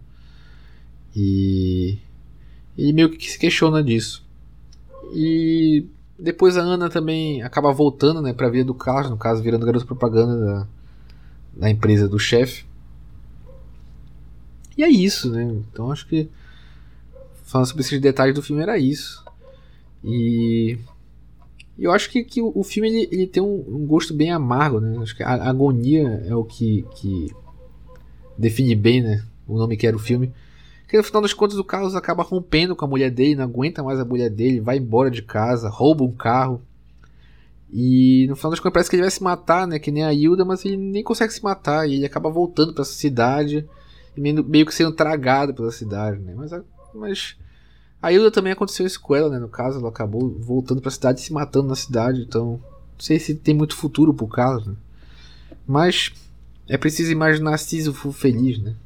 E. Ele meio que se questiona disso. E depois a Ana também acaba voltando, né, pra vida do Carlos, no caso virando garota propaganda da, da empresa do chefe. E é isso, né? Então acho que falando sobre esses detalhes do filme era isso. E eu acho que, que o filme ele, ele tem um, um gosto bem amargo, né? Acho que a, a agonia é o que, que define bem, né, o nome que era o filme. Porque no final das contas o Carlos acaba rompendo com a mulher dele, não aguenta mais a mulher dele, vai embora de casa, rouba um carro. E no final das contas parece que ele vai se matar, né? Que nem a Hilda, mas ele nem consegue se matar. E ele acaba voltando pra essa cidade e meio, meio que sendo tragado pela cidade, né? Mas a, mas a Hilda também aconteceu isso com ela, né? No caso, ela acabou voltando pra cidade e se matando na cidade. Então, não sei se tem muito futuro pro Carlos, né? Mas é preciso imaginar Sísifo feliz, né?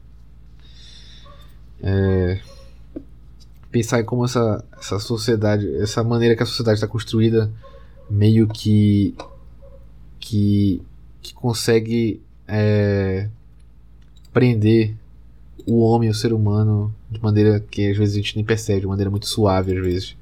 É, pensar em como essa, essa sociedade, essa maneira que a sociedade está construída, meio que que, que consegue é, prender o homem, o ser humano, de maneira que às vezes a gente nem percebe, de maneira muito suave às vezes.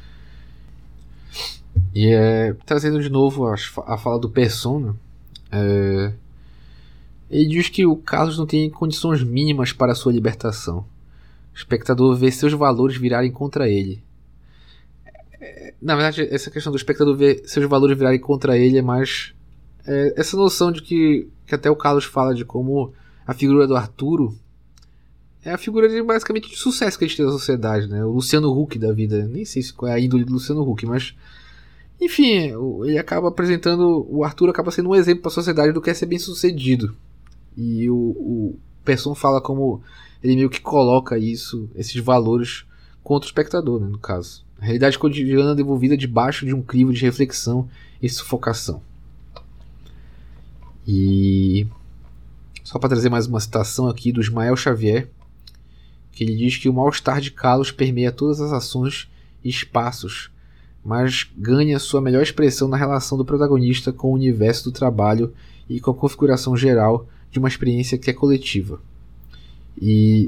E é, trazendo de novo a, a fala do Persona, é, ele diz que o Carlos não tem condições mínimas para a sua libertação. O espectador vê seus valores virarem contra ele. Na verdade, essa questão do espectador ver seus valores virarem contra ele é mais é, essa noção de que, que até o Carlos fala de como a figura do Arturo é a figura de, basicamente de sucesso que a gente tem na sociedade, né? O Luciano Huck da vida. Nem sei qual é a índole do Luciano Huck, mas enfim, ele acaba apresentando, o Arturo acaba sendo um exemplo para a sociedade do que é ser bem sucedido. E o, o Persson fala como ele meio que coloca isso, esses valores contra o espectador, né, no caso. A realidade cotidiana devolvida debaixo de um crivo de reflexão e sufocação. E só para trazer mais uma citação aqui do Ismael Xavier, que ele diz que o mal-estar de Carlos permeia todas as ações e espaços, mas ganha sua melhor expressão na relação do protagonista com o universo do trabalho e com a configuração geral de uma experiência que é coletiva. E,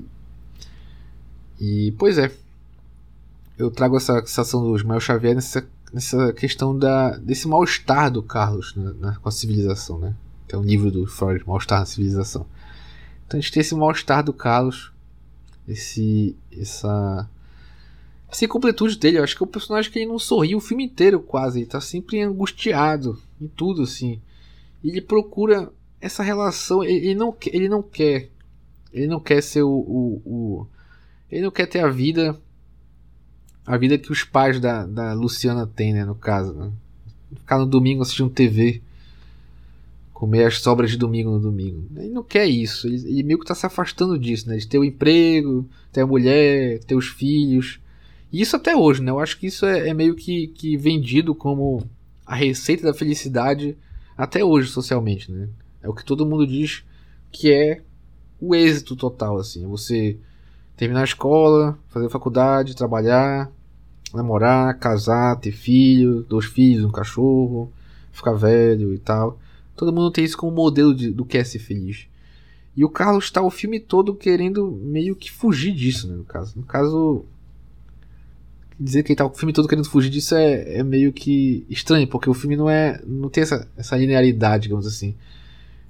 e pois é, eu trago essa sensação do Ismael Xavier nessa, nessa questão da, desse mal-estar do Carlos, né, né, com a civilização, né? Tem um livro do Freud, Mal-Estar na Civilização. Então a gente tem esse mal-estar do Carlos, esse, essa, essa incompletude dele. Eu acho que é um personagem que ele não sorri o filme inteiro quase, ele tá sempre angustiado em tudo, assim. E ele procura essa relação, ele, ele, não, ele não quer Ele não quer ser o, o, o. Ele não quer ter a vida. A vida que os pais da, da Luciana têm, né? No caso, né? Ficar no domingo assistindo T V. Comer as sobras de domingo no domingo. Ele não quer isso. Ele, ele meio que tá se afastando disso, né? De ter o emprego, ter a mulher, ter os filhos. E isso até hoje, né? Eu acho que isso é, é meio que, que vendido como a receita da felicidade até hoje, socialmente, né? É o que todo mundo diz que é o êxito total, assim, você terminar a escola, fazer faculdade, trabalhar, namorar, casar, ter filho, dois filhos, um cachorro, ficar velho e tal. Todo mundo tem isso como modelo de, do que é ser feliz. E o Carlos está o filme todo querendo meio que fugir disso, né, no caso. No caso, dizer que ele tá o filme todo querendo fugir disso é, é meio que estranho, porque o filme não é não tem essa, essa linearidade, digamos assim.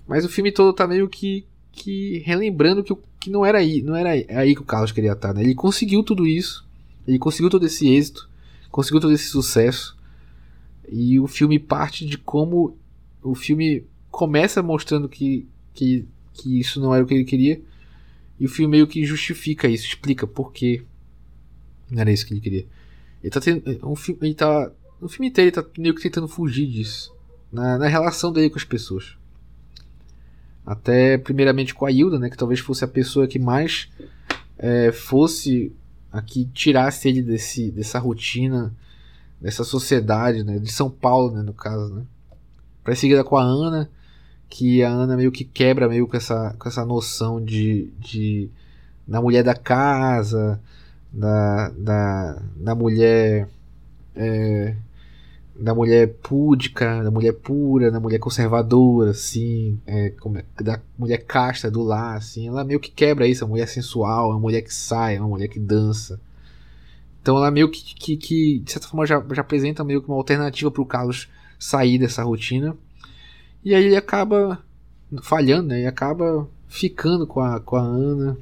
Mas o filme todo tá meio que, que relembrando que, que não era aí, não era aí que o Carlos queria estar, né? Ele conseguiu tudo isso, ele conseguiu todo esse êxito, conseguiu todo esse sucesso, e o filme parte de como o filme começa mostrando que, que, que isso não era o que ele queria, e o filme meio que justifica isso, explica por que não era isso que ele queria. Ele tá tendo, um filme, ele tá, o filme inteiro ele tá meio que tentando fugir disso, na, na relação dele com as pessoas. Até primeiramente com a Hilda, né, que talvez fosse a pessoa que mais é, fosse a que tirasse ele desse, dessa rotina, dessa sociedade, né, de São Paulo, né, no caso, né. Pra seguida com a Ana, que a Ana meio que quebra meio com essa, com essa noção de, de da mulher da casa, da, da, da mulher é, da mulher púdica, da mulher pura, da mulher conservadora, assim, é, da mulher casta do lar, assim. Ela meio que quebra isso, a mulher sensual, a mulher que sai, a mulher que dança. Então ela meio que, que, que de certa forma já, já apresenta meio que uma alternativa pro Carlos sair dessa rotina. E aí ele acaba falhando, né? E acaba ficando com a, com a Ana,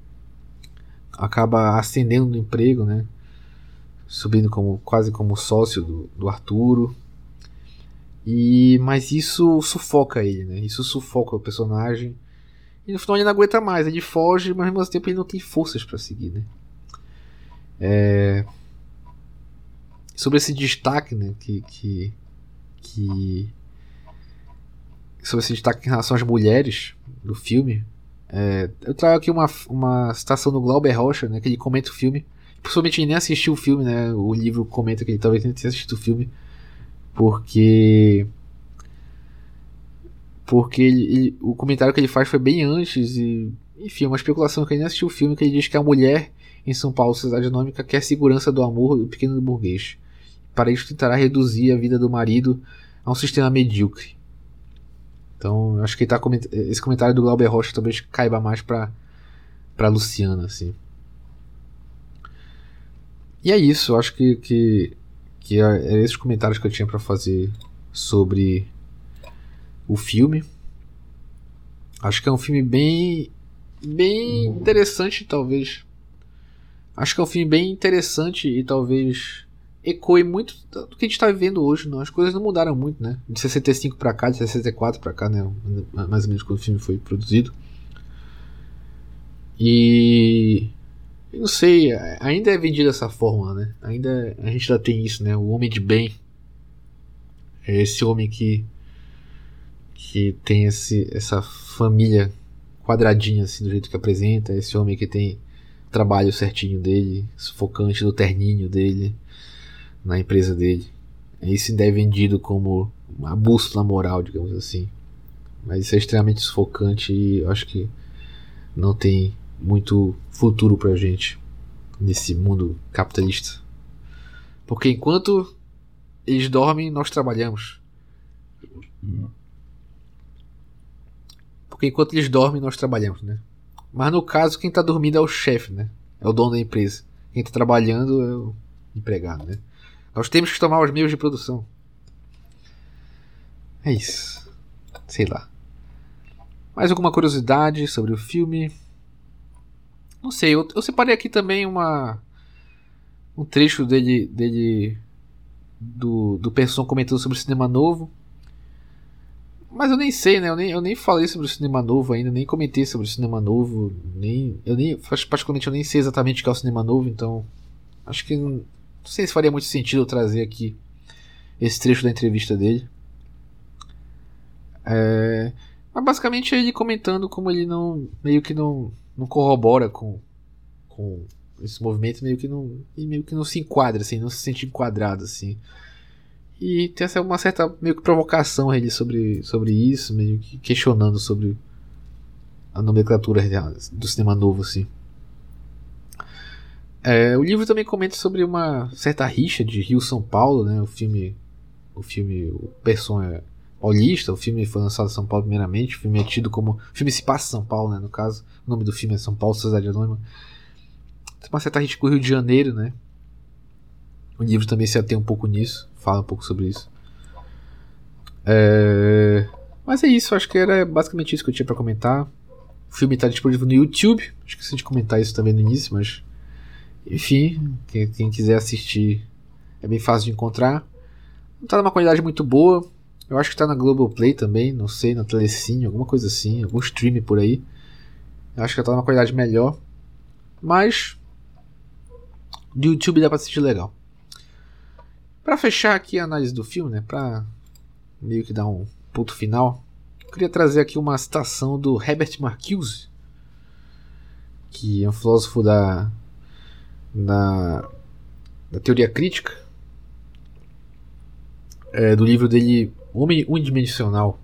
acaba ascendendo no emprego, né? Subindo como, quase como sócio do, do Arturo. E, mas isso sufoca ele, né? Isso sufoca o personagem. E no final ele não aguenta mais, ele foge, mas ao mesmo tempo ele não tem forças para seguir, né? É... Sobre esse destaque, né? Que, que, que... Sobre esse destaque em relação às mulheres do filme, é... eu trago aqui uma, uma citação do Glauber Rocha, né? Que ele comenta o filme. Principalmente ele nem assistiu o filme, né? O livro comenta que ele talvez nem tenha assistido o filme, porque porque ele, ele, o comentário que ele faz foi bem antes, e enfim, é uma especulação que ele nem assistiu o filme, que ele diz que a mulher em São Paulo, sociedade anônimica, quer segurança do amor do pequeno burguês. Para isso tentará reduzir a vida do marido a um sistema medíocre. Então, acho que ele tá coment... esse comentário do Glauber Rocha talvez caiba mais para para Luciana, assim. E é isso, eu acho que, que, que é esses comentários que eu tinha pra fazer sobre o filme. Acho que é um filme bem, bem interessante, talvez. Acho que é um filme bem interessante e talvez ecoe muito do que a gente está vivendo hoje. Não? As coisas não mudaram muito, né? De sessenta e cinco pra cá, de sessenta e quatro pra cá, né? Mais ou menos quando o filme foi produzido. E... eu não sei, ainda é vendido dessa forma, né? Ainda a gente ainda tem isso, né? O homem de bem é esse homem que que tem esse, essa família quadradinha assim do jeito que apresenta, esse homem que tem trabalho certinho dele, sufocante do terninho dele na empresa dele. Isso ainda é vendido como uma bússola moral, digamos assim. Mas isso é extremamente sufocante e eu acho que não tem muito futuro pra gente nesse mundo capitalista, porque enquanto eles dormem nós trabalhamos, porque enquanto eles dormem nós trabalhamos, né? Mas no caso quem tá dormindo é o chefe, né? É o dono da empresa. Quem tá trabalhando é o empregado, né? Nós temos que tomar os meios de produção. É isso. Sei lá. Mais alguma curiosidade sobre o filme? Não sei, eu, eu separei aqui também uma um trecho dele, dele do, do Persson comentando sobre o cinema novo. Mas eu nem sei, né? Eu nem, eu nem falei sobre o cinema novo ainda, nem comentei sobre o cinema novo, nem eu nem particularmente eu nem sei exatamente o que é o cinema novo, então acho que não, não sei se faria muito sentido eu trazer aqui esse trecho da entrevista dele. É, mas basicamente é ele comentando como ele não meio que não não corrobora com, com esse movimento, meio que não, meio que não se enquadra, assim, não se sente enquadrado, assim. E tem essa, uma certa meio que provocação ali sobre, sobre isso, meio que questionando sobre a nomenclatura do cinema novo, assim. É, o livro também comenta sobre uma certa rixa de Rio-São Paulo, né? O filme, o filme, o Persson é paulista, o filme foi lançado em São Paulo primeiramente, o filme é tido como... O filme se passa em São Paulo, né, no caso. O nome do filme é São Paulo, Sociedade Anônima. Tem uma certa rixa com o Rio de Janeiro, né. O livro também se atém um pouco nisso, fala um pouco sobre isso. É... Mas é isso, acho que era basicamente isso que eu tinha pra comentar. O filme tá disponível no YouTube. Esqueci de comentar isso também no início, mas... Enfim, quem, quem quiser assistir é bem fácil de encontrar. Não tá numa qualidade muito boa. Eu acho que tá na Globoplay também, não sei, na Telecine, alguma coisa assim, algum stream por aí. Eu acho que tá numa qualidade melhor. Mas no YouTube dá pra assistir legal. Pra fechar aqui a análise do filme, né, pra meio que dar um ponto final, eu queria trazer aqui uma citação do Herbert Marcuse, que é um filósofo da, da, da teoria crítica, é, do livro dele Homem Unidimensional,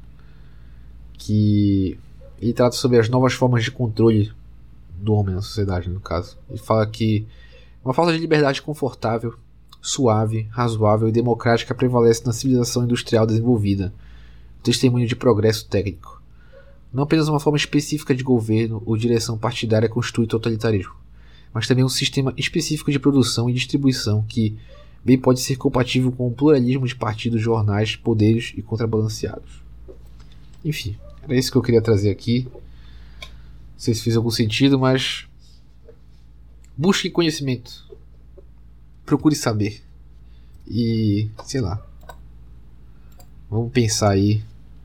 que ele trata sobre as novas formas de controle do homem na sociedade, no caso. Ele fala que uma falta de liberdade confortável, suave, razoável e democrática prevalece na civilização industrial desenvolvida, testemunho de progresso técnico. Não apenas uma forma específica de governo ou direção partidária constitui totalitarismo, mas também um sistema específico de produção e distribuição que bem pode ser compatível com o pluralismo de partidos, jornais, poderes e contrabalanceados. Enfim, era isso que eu queria trazer aqui. Não sei se fez algum sentido, mas busquem conhecimento. Procure saber. E, sei lá, vamos pensar aí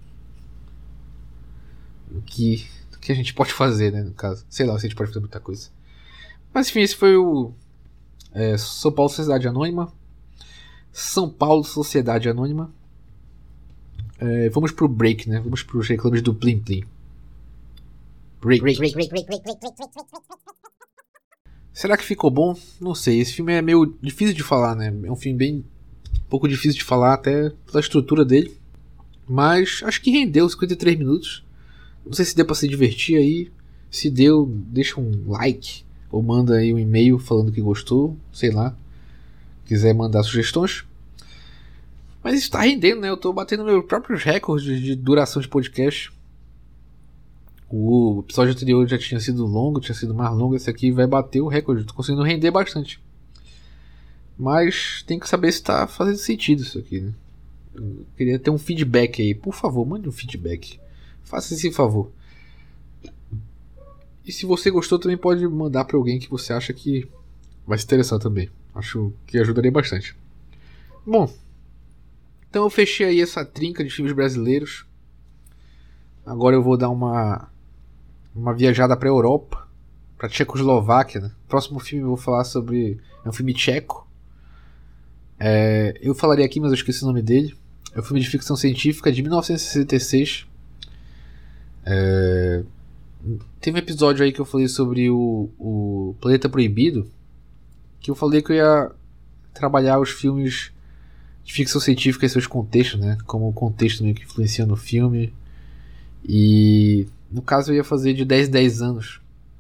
o que, o que a gente pode fazer, né, no caso. Sei lá se a gente pode fazer muita coisa. Mas enfim, esse foi o é, São Paulo Sociedade Anônima. São Paulo Sociedade Anônima. É, vamos pro break, né? Vamos pros reclames do Plim Plim. Break. Break, break, break, break, break, break, break, break, break. Será que ficou bom? Não sei. Esse filme é meio difícil de falar, né? É um filme bem um pouco difícil de falar, até pela estrutura dele. Mas acho que rendeu cinquenta e três minutos. Não sei se deu pra se divertir aí. Se deu, deixa um like. Ou manda aí um e-mail falando que gostou. Sei lá. Quiser mandar sugestões. Mas isso tá rendendo, né? Eu tô batendo meus próprios recordes de duração de podcast. O episódio anterior já tinha sido longo, tinha sido mais longo. Esse aqui vai bater o recorde. Tô conseguindo render bastante. Mas tem que saber se tá fazendo sentido isso aqui, né? Eu queria ter um feedback aí. Por favor, mande um feedback. Faça esse favor. E se você gostou, também pode mandar pra alguém que você acha que vai se interessar também. Acho que ajudaria bastante. Bom, então eu fechei aí essa trinca de filmes brasileiros. Agora eu vou dar uma uma viajada pra Europa, pra Tchecoslováquia, né? Próximo filme eu vou falar sobre... é um filme tcheco. É, eu falaria aqui, mas eu esqueci o nome dele. É um filme de ficção científica de mil novecentos e sessenta e seis. É, teve um episódio aí que eu falei sobre o, o Planeta Proibido, que eu falei que eu ia trabalhar os filmes de ficção científica e seus contextos, né? Como o contexto meio que influencia no filme. E no caso eu ia fazer de dez em dez anos.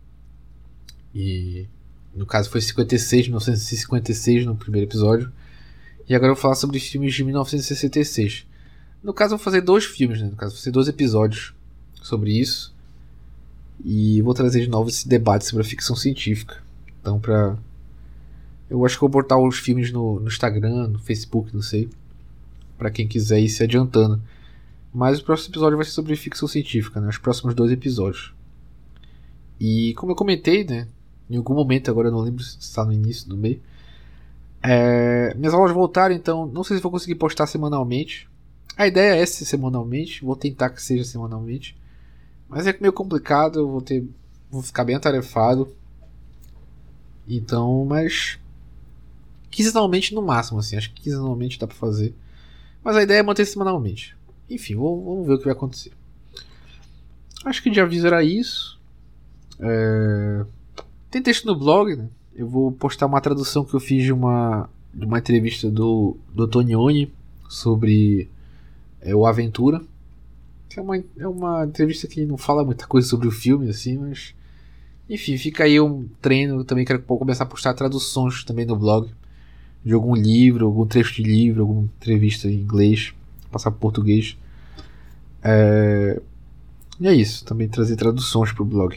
E no caso foi cinquenta e seis, mil novecentos e cinquenta e seis no primeiro episódio. E agora eu vou falar sobre filmes de mil novecentos e sessenta e seis. No caso eu vou fazer dois filmes, né? No caso eu vou fazer dois episódios sobre isso. E vou trazer de novo esse debate sobre a ficção científica. Então pra... eu acho que vou botar os filmes no, no Instagram, no Facebook, não sei. Pra quem quiser ir se adiantando. Mas o próximo episódio vai ser sobre ficção científica, né? Os próximos dois episódios. E como eu comentei, né? Em algum momento, agora eu não lembro se está no início, no meio. É, minhas aulas voltaram, então não sei se vou conseguir postar semanalmente. A ideia é ser semanalmente. Vou tentar que seja semanalmente. Mas é meio complicado, eu vou ter... vou ficar bem atarefado. Então, mas... quinzenalmente no máximo, assim. Acho que quinzenalmente dá pra fazer. Mas a ideia é manter semanalmente. Enfim, vamos ver o que vai acontecer. Acho que de aviso era isso. É... Tem texto no blog, né? Eu vou postar uma tradução que eu fiz de uma, de uma entrevista do, do Tonioni sobre é, o Aventura. Que é uma, é uma entrevista que não fala muita coisa sobre o filme, assim, mas... enfim, fica aí um treino. Eu também quero começar a postar traduções também no blog. De algum livro, algum trecho de livro, alguma entrevista em inglês. Passar para português. É... E é isso. Também trazer traduções para o blog.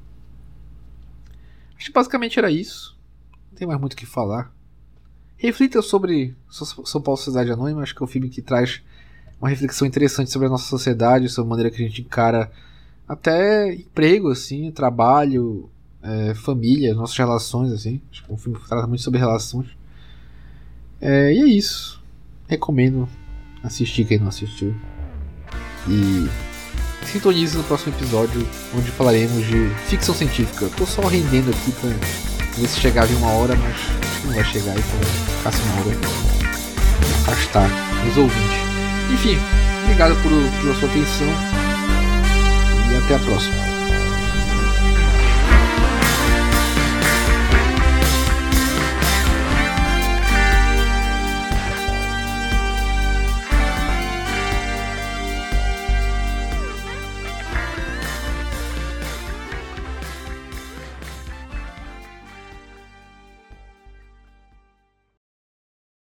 Acho que basicamente era isso. Não tem mais muito o que falar. Reflita sobre São Paulo Sociedade Anônima. Acho que é um filme que traz uma reflexão interessante sobre a nossa sociedade, sobre a maneira que a gente encara até emprego, assim, trabalho, é, família, nossas relações, assim. Acho que é um filme que trata muito sobre relações. É, e é isso. Recomendo assistir quem não assistiu. E sintonize no próximo episódio, onde falaremos de ficção científica. Eu tô só rendendo aqui pra ver se chegava em uma hora, mas acho que não vai chegar, então ficasse uma hora afastar os ouvintes. Enfim, obrigado por, pela sua atenção e até a próxima.